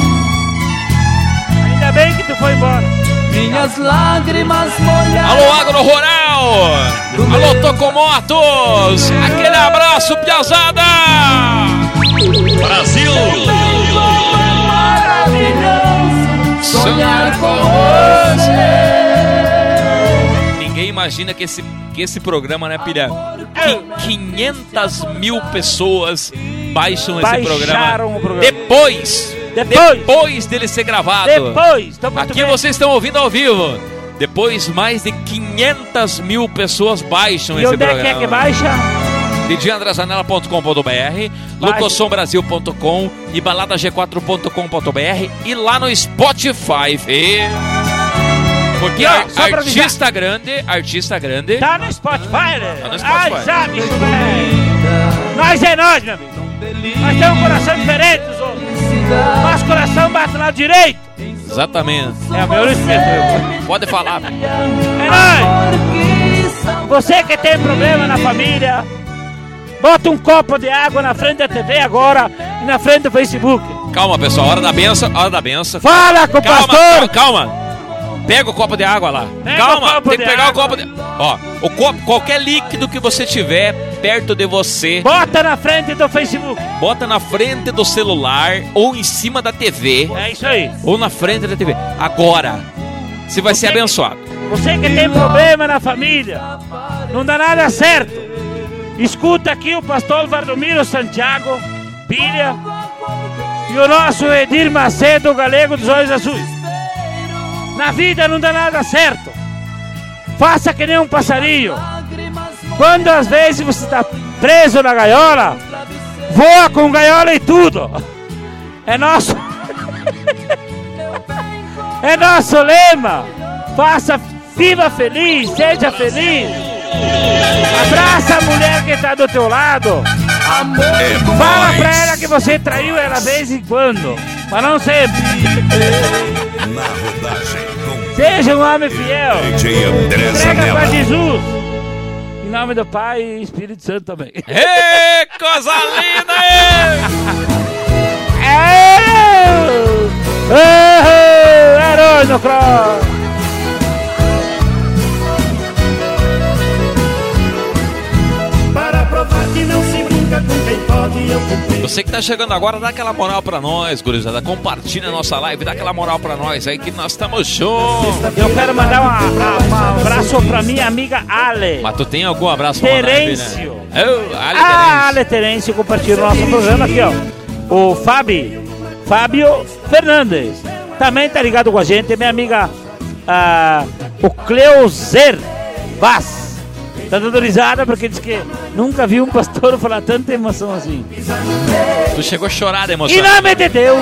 S3: Ainda bem que tu foi embora.
S5: Minhas lágrimas molhadas.
S1: Alô, Agro Rural! Alô, Tocomotos! Aquele abraço, piazada! Brasil!
S5: Maravilhoso sonhar com você.
S1: Ninguém imagina que esse programa, né, Pilha? 500 mil pessoas baixam esse programa.
S3: O programa.
S1: Depois dele ser gravado. Aqui vocês estão ouvindo ao vivo. Depois, mais de 500 mil pessoas baixam
S3: E
S1: esse
S3: onde
S1: programa.
S3: é que baixa?
S1: djandrazanella.com.br, locuçãobrasil.com e baladag4.com.br e lá no Spotify, vê? Porque
S3: Não, só pra
S1: artista grande
S3: Tá no Spotify, né?
S1: Tá no Spotify.
S3: Ai, sabe, isso, velho. Nós é nós, meu amigo. Nós temos um coração diferente dos outros. Nosso coração bate lá direito.
S1: Exatamente.
S3: É o meu respeito.
S1: Pode falar.
S3: É nóis. Você que tem problema na família, bota um copo de água na frente da TV agora e na frente do Facebook.
S1: Calma, pessoal, hora da benção, hora da benção.
S3: Fala com o pastor.
S1: Calma. Pega o copo de água lá. Calma, tem que pegar o copo de... Ó, o copo, qualquer líquido que você tiver perto de você,
S3: bota na frente do Facebook.
S1: Bota na frente do celular ou em cima da TV.
S3: É isso aí.
S1: Ou na frente da TV. Agora, você vai ser abençoado.
S3: Você que tem problema na família, não dá nada certo, escuta aqui o pastor Valdomiro Santiago Pilha e o nosso Edir Macedo, galego dos olhos azuis. Na vida não dá nada certo. Faça que nem um passarinho. Quando às vezes você está preso na gaiola, voa com gaiola e tudo. É nosso é nosso lema. Viva feliz, seja feliz. Abraça a mulher que tá do teu lado. Fala pra ela que você traiu ela de vez em quando, mas não sempre.
S2: Na rodagem com
S3: Seja um homem fiel.
S2: DJ André
S3: Entrega
S2: Zanella.
S3: pra Jesus. Em nome do Pai e Espírito Santo também.
S1: Ê, coisa linda!
S3: Herói no cross.
S12: Para provar que não se brinca com quem pode, eu cumpri.
S1: Você que tá chegando agora, dá aquela moral pra nós, gurizada. Compartilha a nossa live, dá aquela moral pra nós aí que nós estamos juntos.
S3: Eu quero mandar um abraço pra minha amiga Ale.
S1: Mas tu tem algum abraço pra mandar,
S3: Terêncio.
S1: né? Oh,
S3: Ale Terêncio compartilha o nosso programa aqui, ó. O Fábio Fernandes também tá ligado com a gente. Minha amiga, o Cleuser Vaz. Tá dando risada porque diz que nunca viu um pastor falar tanta emoção assim.
S1: Tu chegou a chorar de emoção.
S3: Em nome de Deus.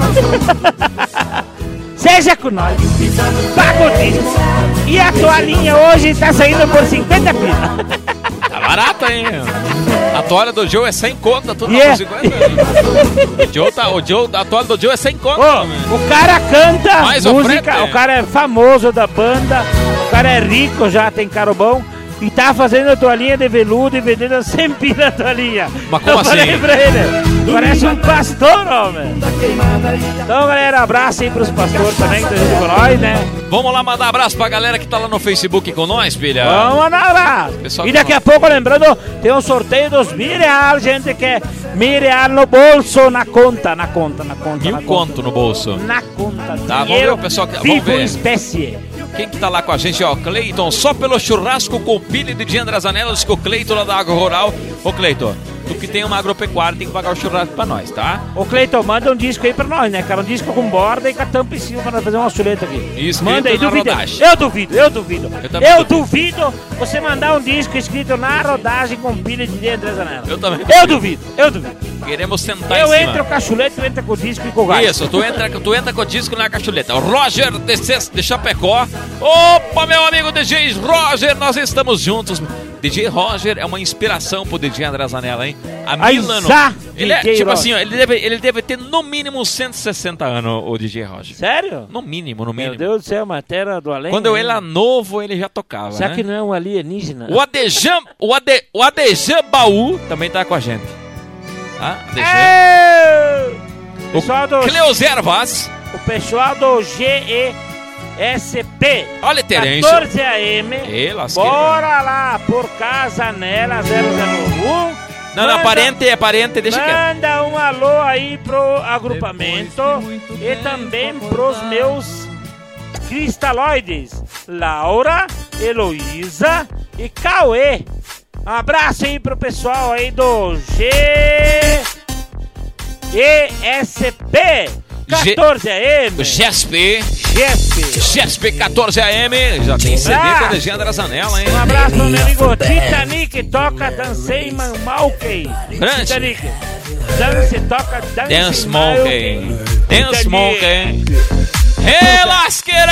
S3: Seja com nós. Paga o disco. E a toalhinha hoje tá saindo por 50 pila.
S1: Tá barato, hein? A toalha do Joe é 100 conto, tudo
S3: Yeah.
S1: por 50. A toalha do Joe é 100 conto.
S3: O cara canta
S1: Mais
S3: música,
S1: frente.
S3: o cara é famoso da banda, o cara é rico já, tem caro bom. E tá fazendo a toalhinha de veludo e vendendo a 100 pila a toalhinha.
S1: Mas como
S3: Eu falei
S1: assim?
S3: pra ele, parece um pastor, homem. Então, galera, abraço aí pros pastores também que estão junto com nós, né?
S1: Vamos lá mandar abraço pra galera que tá lá no Facebook com nós, filha.
S3: Vamos mandar um abraço.
S1: Pessoal
S3: E
S1: que
S3: daqui a pouco, lembrando, tem um sorteio dos R$1.000, gente, que é R$1.000 no bolso, na conta.
S1: Mil conto no bolso.
S3: Na conta.
S1: Tá, vamos ver
S3: Dinheiro
S1: o pessoal que...
S3: vivo
S1: Vamos ver.
S3: em espécie.
S1: Quem que tá lá com a gente, ó? Cleiton, só pelo churrasco com pilha de DJ André Zanella, diz que o Cleiton lá da Água Rural. Ô Cleiton, tu que tem uma agropecuária tem que pagar o churrasco pra nós, tá?
S3: Ô Cleiton, manda um disco aí pra nós, né, cara? Um disco com borda e com a tampa em cima pra nós fazer uma chuleta aqui.
S1: Escrito
S3: manda aí,
S1: na
S3: duvida.
S1: rodagem.
S3: Eu duvido.
S1: também
S3: Eu duvido você mandar um disco escrito na rodagem com pilha de DJ André Zanella.
S1: Eu também.
S3: Eu duvido.
S1: Queremos sentar
S3: Eu
S1: em cima.
S3: entro com a chuleta, tu entra com o disco e com o gás.
S1: Isso, tu entra com o disco na cachuleta. O Roger de Chapecó. Opa, meu amigo DJ Roger, nós estamos juntos. DJ Roger é uma inspiração pro DJ André Zanella, hein? Há 1000 anos. Ele é, tipo assim, ó, ele deve ter no mínimo 160 anos, o DJ Roger.
S3: Sério?
S1: No mínimo.
S3: Meu Deus do céu, matéria do além.
S1: Quando eu era novo, ele já tocava,
S3: Será
S1: né?
S3: que não é um alienígena?
S1: O Adejan Baú também tá com a gente. Tá?
S3: Pessoal do
S1: Cleuser Vaz.
S3: O pessoal do GESP.
S1: Olha, Terêncio.
S3: 14 AM.
S1: Ê, lasqueira.
S3: Bora lá por casa nela 001.
S1: Não, é parente, deixa quieto.
S3: Manda um alô aí pro agrupamento e também pros meus cristaloides, Laura, Heloísa e Cauê. Um abraço aí pro pessoal aí do GESP 14 AM.
S1: GESP 14 AM. Já tem CD com a legenda da Zanella, hein?
S3: Um abraço pro meu amigo Titanic, toca Dancei Monkey.
S1: Grande.
S3: Titanic, toca
S1: Dance Monkey. Dance Monkey. Hey, lasqueira!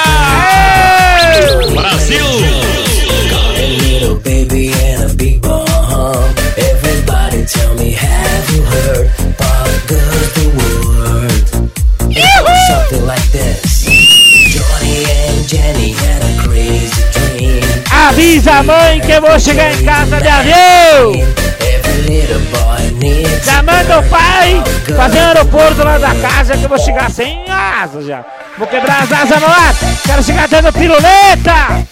S1: Brasil!
S5: Little baby and a big bomb. Everybody tell me, have you heard about the word? It goes something like this. Johnny and Jenny had a crazy dream.
S3: Avisa a mãe que eu vou chegar em casa de avião.
S5: Every little boy needs
S3: Já manda o pai fazer um aeroporto lá da casa que eu vou chegar sem asa já. Vou quebrar as asas no ar. Quero chegar dando piruleta.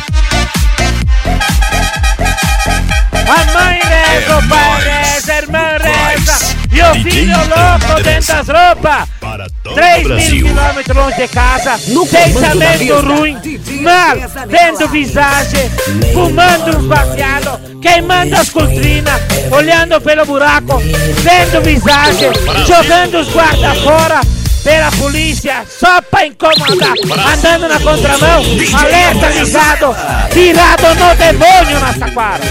S3: A mãe reza, o pai reza, a irmã reza e o filho louco dentro das roupas. 3.000 quilômetros longe de casa, pensamento ruim, mal, vendo visagem, fumando uns baseados, queimando as cortinas, olhando pelo buraco, vendo visagem, jogando os guarda fora, pela polícia só pra incomodar, andando na contramão, alerta ligado, virado no demônio na Taquara.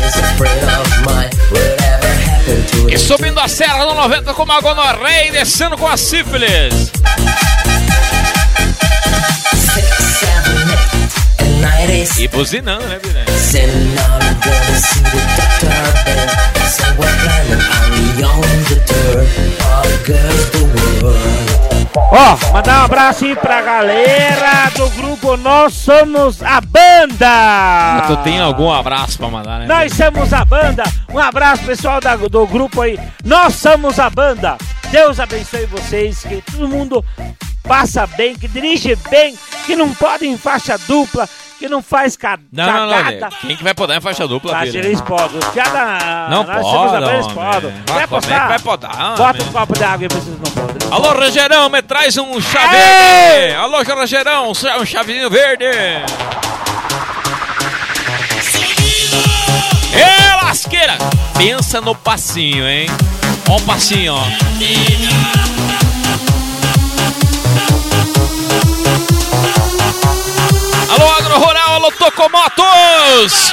S1: E subindo a serra no 90 com a gonorreia e descendo com a sífilis. E buzinando, né, Biré?
S3: Ó, mandar um abraço aí pra galera do grupo Nós Somos a Banda.
S1: Tu tem algum abraço pra mandar, né?
S3: Nós somos a Banda. Um abraço, pessoal do grupo aí. Nós Somos a Banda. Deus abençoe vocês, que todo mundo passa bem, que dirige bem, que não pode em faixa dupla, que não faz cagada.
S1: Não. Quem que vai poder em faixa dupla,
S3: Mas eles podem.
S1: Não pode,
S3: eles podem. Quer postar?
S1: Vai podar.
S3: Bota um copo de água e vocês não podem.
S1: Alô, Rogerão, me traz um chá verde. Alô, Rogerão, um chavinho verde. Ê, lasqueira. Pensa no passinho, hein? Ó o passinho, ó. Alô, Agro Rural, alô, Tocomotos!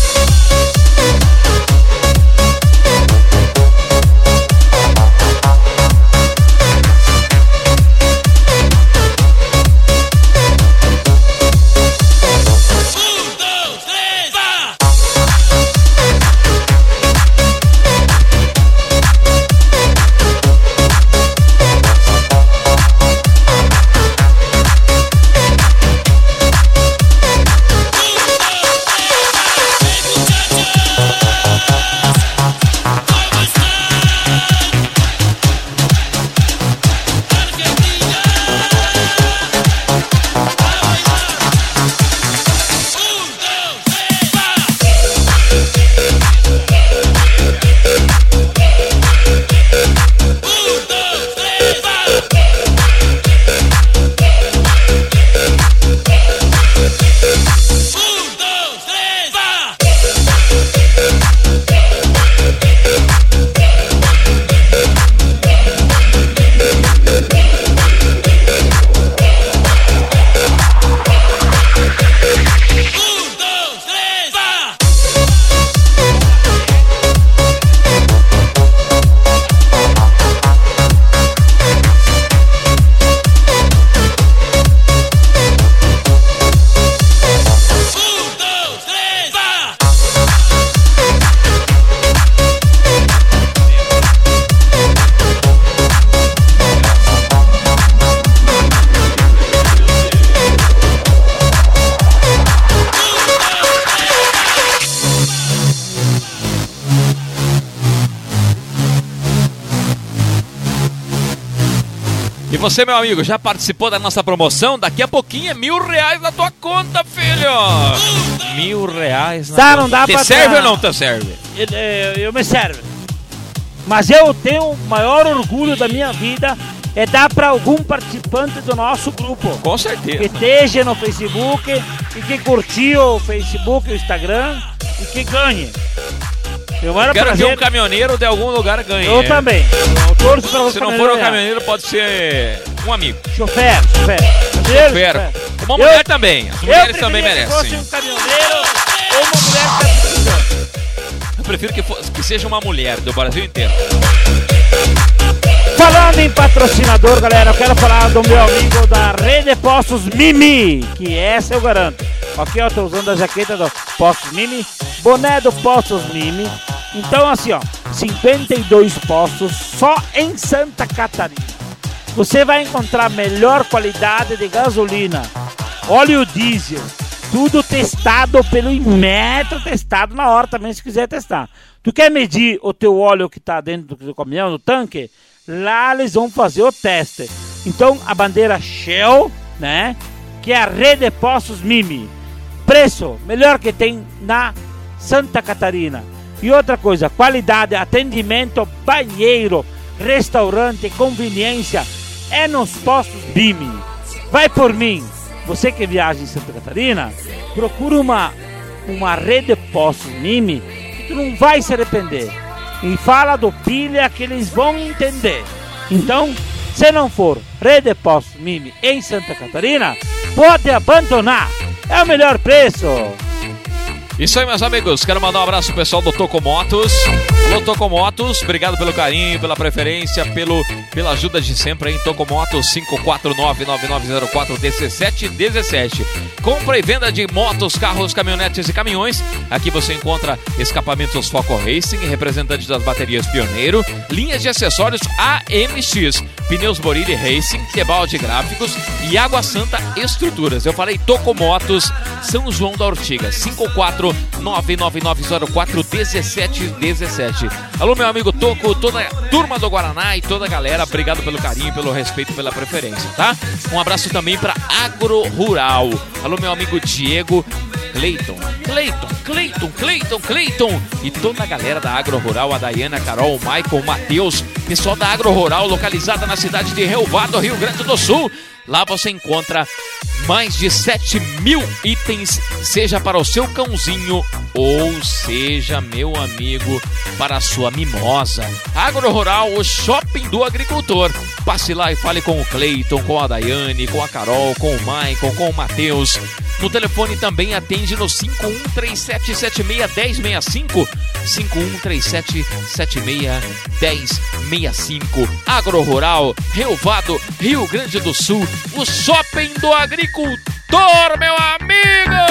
S1: E você, meu amigo, já participou da nossa promoção? Daqui a pouquinho é R$1.000 na tua conta, filho! R$1.000 na
S3: Tá,
S1: conta.
S3: não dá pra
S1: Te serve ou não te serve?
S3: Eu me serve. Mas eu tenho o maior orgulho da minha vida é dar para algum participante do nosso grupo.
S1: Com certeza.
S3: Que esteja no Facebook e que curtiu o Facebook e o Instagram e que ganhe. Eu
S1: quero que um caminhoneiro de algum lugar ganhe.
S3: Eu também. Eu torço pra você.
S1: Se não for um caminhoneiro, pode ser um amigo.
S3: Chofer.
S1: Uma mulher também. As mulheres também merecem.
S3: Se fosse um caminhoneiro ou uma mulher que tá precisando.
S1: Eu prefiro que seja uma mulher do Brasil inteiro.
S3: Falando em patrocinador, galera, eu quero falar do meu amigo da Rede Postos Mimi, que essa eu garanto. Aqui eu tô usando a jaqueta do Postos Mimi, boné do Postos Mimi. Então assim, ó, 52 postos só em Santa Catarina. Você vai encontrar melhor qualidade de gasolina, óleo diesel, tudo testado pelo Inmetro, testado na hora também se quiser testar. Tu quer medir o teu óleo que tá dentro do caminhão, no tanque? Lá eles vão fazer o teste. Então a bandeira Shell, né, que é a Rede Postos Mimi. Preço melhor que tem na Santa Catarina. E outra coisa, qualidade, atendimento, banheiro, restaurante, conveniência, é nos postos Mimi. Vai por mim. Você que viaja em Santa Catarina, procura uma Rede Postos Mimi que tu não vai se arrepender. E fala do Pilha que eles vão entender. Então, você não for Rede Postos Mimi em Santa Catarina, pode abandonar. É o melhor preço.
S1: Isso aí, meus amigos. Quero mandar um abraço pro pessoal do Tocomotos. Alô, Tocomotos. Obrigado pelo carinho, pela preferência, pela ajuda de sempre aí em Tocomotos 549-9904-1717. Compra e venda de motos, carros, caminhonetes e caminhões. Aqui você encontra escapamentos Foco Racing, representantes das baterias Pioneiro, linhas de acessórios AMX, pneus Borilli Racing, Tebalde Gráficos e Água Santa Estruturas. Eu falei Tocomotos, São João da Ortiga, 5499904-1717. Alô, meu amigo Toco, toda a turma do Guaraná e toda a galera, obrigado pelo carinho, pelo respeito, pela preferência, tá? Um abraço também para Agro Rural. Alô, meu amigo Diego, Cleiton e toda a galera da Agro Rural, a Daiana, a Carol, o Michael, o Matheus, pessoal da Agro Rural, localizada na cidade de Rio Vado, Rio Grande do Sul. Lá você encontra mais de 7.000 itens, seja para o seu cãozinho ou seja, meu amigo, para a sua mimosa. Agro Rural, o shopping do agricultor. Passe lá e fale com o Cleiton, com a Daiane, com a Carol, com o Maicon, com o Matheus. No telefone também atende no 5137761065. 5137761065. Agro Rural, Rio Vado, Rio Grande do Sul. O shopping do agricultor, meu amigo!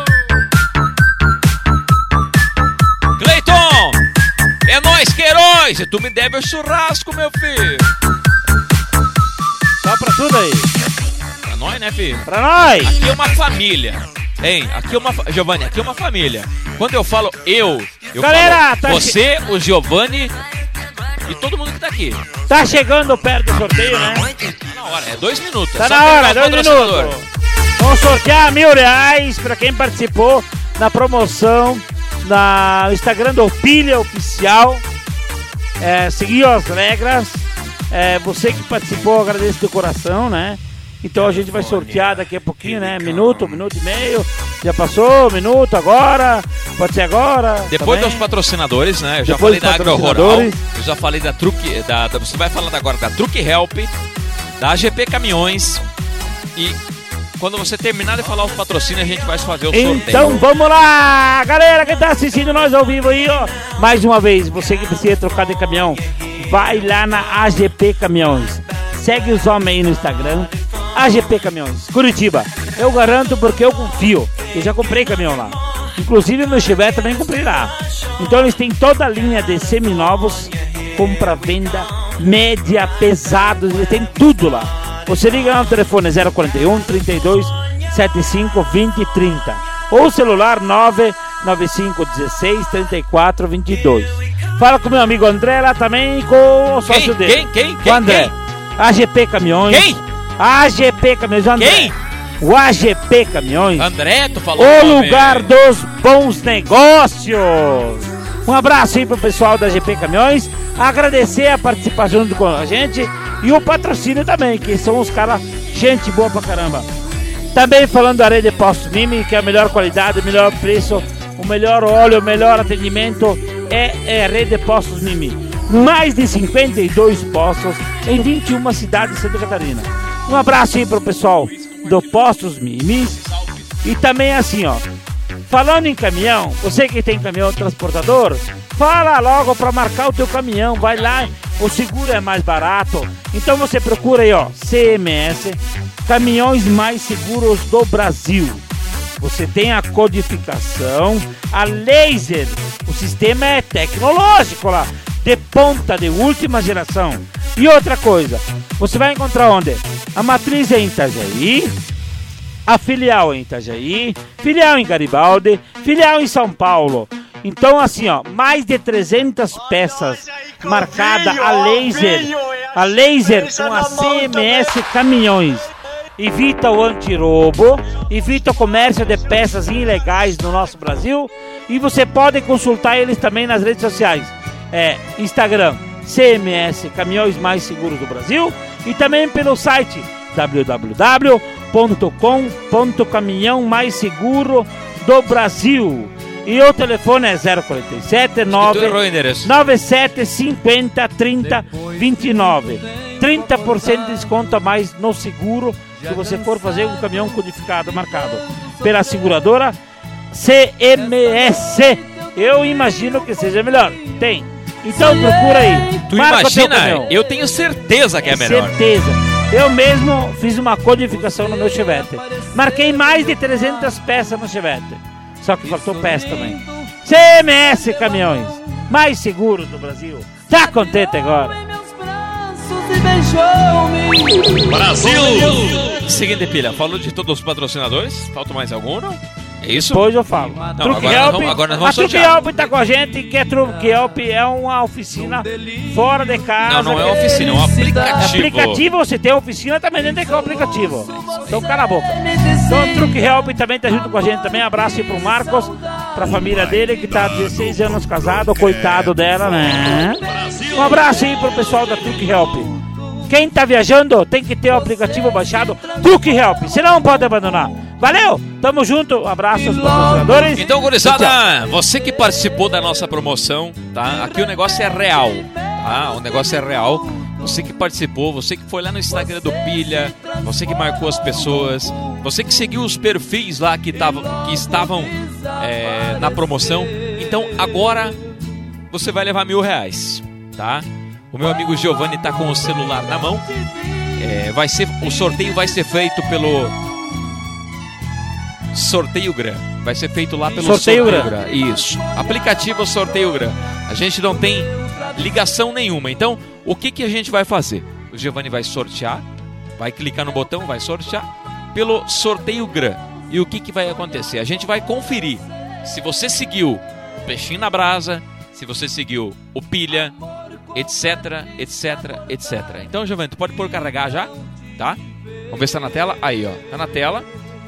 S1: Cleiton, é nóis, Queiroz! E tu me deve o churrasco, meu filho!
S3: Só pra tudo aí.
S1: Pra nós, né, filho?
S3: Pra nós!
S1: Aqui é uma família. Hein? Aqui é uma... Giovanni, aqui é uma família. Quando eu falo eu
S3: galera,
S1: falo
S3: tá
S1: você, o Giovanni e todo mundo que tá aqui.
S3: Tá chegando perto do sorteio, né?
S1: Tá na hora, é 2 minutos.
S3: Tá na hora, 2 minutos. Vamos sortear R$1.000 pra quem participou na promoção no Instagram do Pilha Oficial. Seguiu as regras. Você que participou, agradeço de coração, né? Então a gente vai sortear daqui a pouquinho, né? Minuto e meio. Já passou, minuto, agora. Pode ser agora.
S1: Depois
S3: também.
S1: Dos patrocinadores, né? Eu já
S3: Depois
S1: falei da Agro Rural. Eu já falei da Truque. Você vai falando agora da Truque Help, da AGP Caminhões. E quando você terminar de falar os patrocínios, a gente vai fazer o sorteio.
S3: Então vamos lá, galera que tá assistindo nós ao vivo aí, ó. Mais uma vez, você que precisa trocar de caminhão, vai lá na AGP Caminhões. Segue os homens aí no Instagram. AGP Caminhões, Curitiba. Eu garanto porque eu confio. Eu já comprei caminhão lá. Inclusive meu Chevette também comprei lá. Então eles têm toda a linha de seminovos, compra, venda, média, pesados. Eles têm tudo lá. Você liga lá no telefone 041 32 75 20 30 ou celular 995 16 34 22. Fala com meu amigo André lá também, com o sócio dele.
S1: Quem?
S3: O André. AGP Caminhões.
S1: Quem?
S3: AGP Caminhões, André.
S1: Quem?
S3: O AGP Caminhões.
S1: André, tu falou
S3: o lugar dos bons negócios. Um abraço aí pro pessoal da AGP Caminhões. Agradecer a participação com a gente e o patrocínio também, que são os caras, gente boa pra caramba. Também falando da Rede Postos Mimi, que é a melhor qualidade, o melhor preço, o melhor óleo, o melhor atendimento é a Rede Postos Mimi. Mais de 52 postos em 21 cidades de Santa Catarina. Um abraço aí pro pessoal do Postos Mimi. E também assim, ó, falando em caminhão, você que tem caminhão transportador, fala logo para marcar o teu caminhão, vai lá, o seguro é mais barato. Então você procura aí, ó, CMS, Caminhões Mais Seguros do Brasil. Você tem a codificação, a laser, o sistema é tecnológico lá, de ponta, de última geração. E outra coisa, você vai encontrar onde? A matriz é em Itajaí, a filial é em Itajaí, filial em Garibaldi, filial em São Paulo. Então assim, ó, mais de 300 peças marcada a laser com a CMS Caminhões. Evita o antirroubo, evita o comércio de peças ilegais no nosso Brasil e você pode consultar eles também nas redes sociais. Instagram, CMS Caminhões Mais Seguros do Brasil e também pelo site www.com.caminhão-mais-seguro do Brasil. E o telefone é 047 97 50 30 29. 30% de desconto a mais no seguro se você for fazer um caminhão codificado marcado pela seguradora CMS. Eu imagino que seja melhor. Tem. Então procura aí.
S1: Tu
S3: Marca o teu
S1: imagina?
S3: caminhão.
S1: Eu tenho certeza que é melhor.
S3: Certeza. Eu mesmo fiz uma codificação no meu Chevette. Marquei mais de 300 peças no Chevette. Só que faltou peça também. CMS Caminhões. Mais seguros do Brasil. Tá contente agora?
S1: Brasil! Seguinte, Pilha, falou de todos os patrocinadores. Falta mais algum, não? É isso?
S3: Depois eu falo.
S1: Não,
S3: Truque
S1: agora
S3: Help.
S1: nós vamos
S3: A Truque
S1: sortear.
S3: Help tá com a gente, que é Truque Help, é uma oficina fora de casa.
S1: Não é oficina, é um aplicativo.
S3: Aplicativo, você tem oficina, também dentro é aplicativo. Então cala a boca. Então o Truque Help também tá junto com a gente também. Abraço aí pro Marcos, pra família dele, que tá há 16 anos casado, coitado dela, né? Um abraço aí pro pessoal da Truque Help. Quem tá viajando tem que ter o aplicativo baixado Truque Help, senão não pode abandonar. Valeu, tamo junto, um abraço aos patrocinadores.
S1: Então, gurizada, você que participou da nossa promoção, tá? Aqui o negócio é real, tá? O negócio é real. Você que participou, você que foi lá no Instagram do Pilha, você que marcou as pessoas, você que seguiu os perfis lá que estavam na promoção. Então, agora você vai levar R$1.000, tá? O meu amigo Giovanni tá com o celular na mão. O sorteio vai ser feito pelo Sorteio Gran. Vai ser feito lá pelo
S3: Sorteio Gran.
S1: Isso. Aplicativo Sorteio Gran. A gente não tem ligação nenhuma. Então, o que a gente vai fazer? O Giovanni vai sortear, vai clicar no botão, vai sortear pelo Sorteio Gran. E o que vai acontecer? A gente vai conferir se você seguiu o Peixinho na Brasa, se você seguiu o Pilha, etc, etc, etc. Então, Giovanni, tu pode pôr carregar já, tá? Vamos ver se tá na tela. Aí, ó, tá na tela.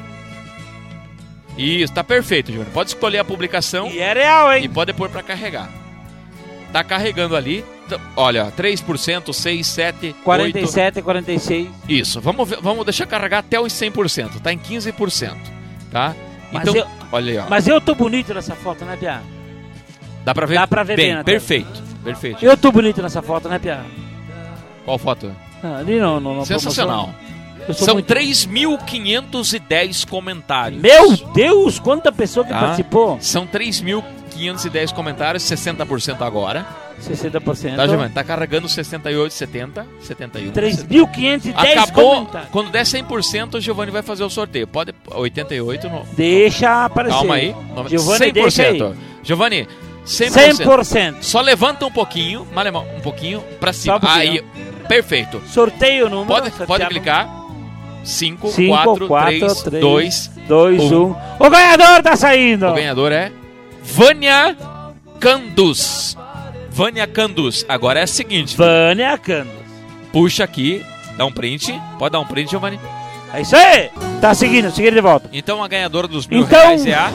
S1: Isso, tá perfeito, Giovanni. Pode escolher a publicação.
S3: E é real, hein?
S1: E pode pôr pra carregar. Tá carregando ali. Olha, 3%, 6, 7,
S3: 47, 46.
S1: Isso, vamos deixar carregar até os 100%. Tá em 15%, tá?
S3: Mas
S1: então, olha aí, ó.
S3: Mas eu tô bonito nessa foto, né, Pia?
S1: Dá pra ver?
S3: Dá pra ver bem, né?
S1: Perfeito, perfeito.
S3: Eu tô bonito nessa foto, né, Pia?
S1: Qual foto?
S3: Ali não.
S1: Sensacional. São 3.510 comentários.
S3: Meu Deus, quanta pessoa que participou.
S1: São 3.510 comentários, 60% agora.
S3: 60%.
S1: Tá, Giovanni? Tá carregando 68, 70, 71.
S3: 3.510
S1: acabou.
S3: comentários.
S1: Quando der 100%, o Giovanni vai fazer o sorteio. Pode 88 no...
S3: Deixa aparecer.
S1: Calma aí.
S3: Giovanni,
S1: 100%.
S3: deixa aí.
S1: Giovanni, 100%.
S3: 100%.
S1: Só levanta um pouquinho, um pouquinho pra cima. Aí, perfeito.
S3: Sorteio o número.
S1: Pode clicar. 5, 4, 3, 2,
S3: 1. O ganhador tá saindo.
S1: O ganhador é Vânia Candus. Vânia Candus. Agora é o seguinte.
S3: Vânia Candus.
S1: Puxa aqui, dá um print. Pode dar um print, Giovanni?
S3: É isso aí. Tá seguindo de volta.
S1: Então a ganhadora dos R$1.000 é a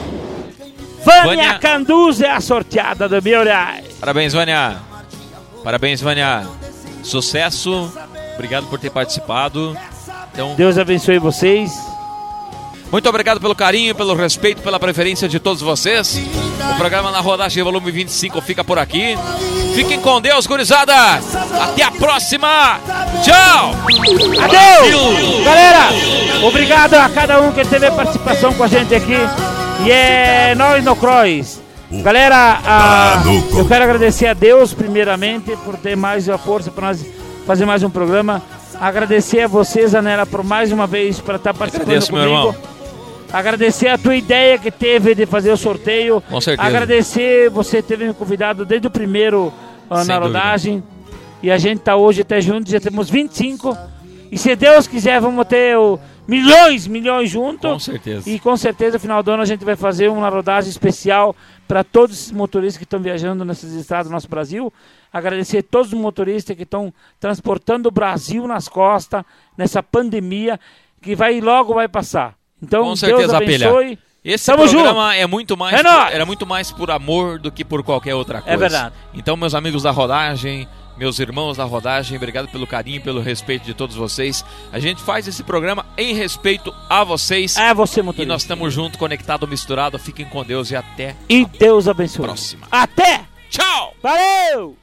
S3: Vânia Candus é a sorteada do R$1.000.
S1: Parabéns, Vânia. Parabéns, Vânia. Sucesso. Obrigado por ter participado. Então,
S3: Deus abençoe vocês.
S1: Muito obrigado pelo carinho, pelo respeito, pela preferência de todos vocês. O programa Na Rodagem Volume 25 fica por aqui. Fiquem com Deus, gurizada. Até a próxima. Tchau.
S3: Adeus. Galera, obrigado a cada um que teve participação com a gente aqui. E é nós no Croix. Galera, eu quero agradecer a Deus primeiramente por ter mais a força para nós fazer mais um programa. Agradecer a você, Zanella, por mais uma vez para estar participando comigo.
S1: Meu irmão.
S3: Agradecer a tua ideia que teve de fazer o sorteio.
S1: Com certeza.
S3: Agradecer você ter me convidado desde o primeiro na rodagem. E a gente tá hoje até juntos, já temos 25. E se Deus quiser, vamos ter milhões juntos.
S1: Com certeza.
S3: E com certeza, no final do ano, a gente vai fazer uma rodagem especial para todos os motoristas que estão viajando nesses estados do nosso Brasil. Agradecer a todos os motoristas que estão transportando o Brasil nas costas, nessa pandemia, que logo vai passar. Então,
S1: com certeza,
S3: Deus abençoe.
S1: Esse
S3: Tamo
S1: programa
S3: junto.
S1: é muito mais era muito mais por amor do que por qualquer outra coisa.
S3: É verdade.
S1: Então, meus amigos da rodagem, meus irmãos da rodagem, obrigado pelo carinho, pelo respeito de todos vocês. A gente faz esse programa em respeito a vocês.
S3: É você, motorista.
S1: E nós estamos juntos, conectados, misturados. Fiquem com Deus e até
S3: Deus abençoe.
S1: Próxima.
S3: Até!
S1: Tchau!
S3: Valeu!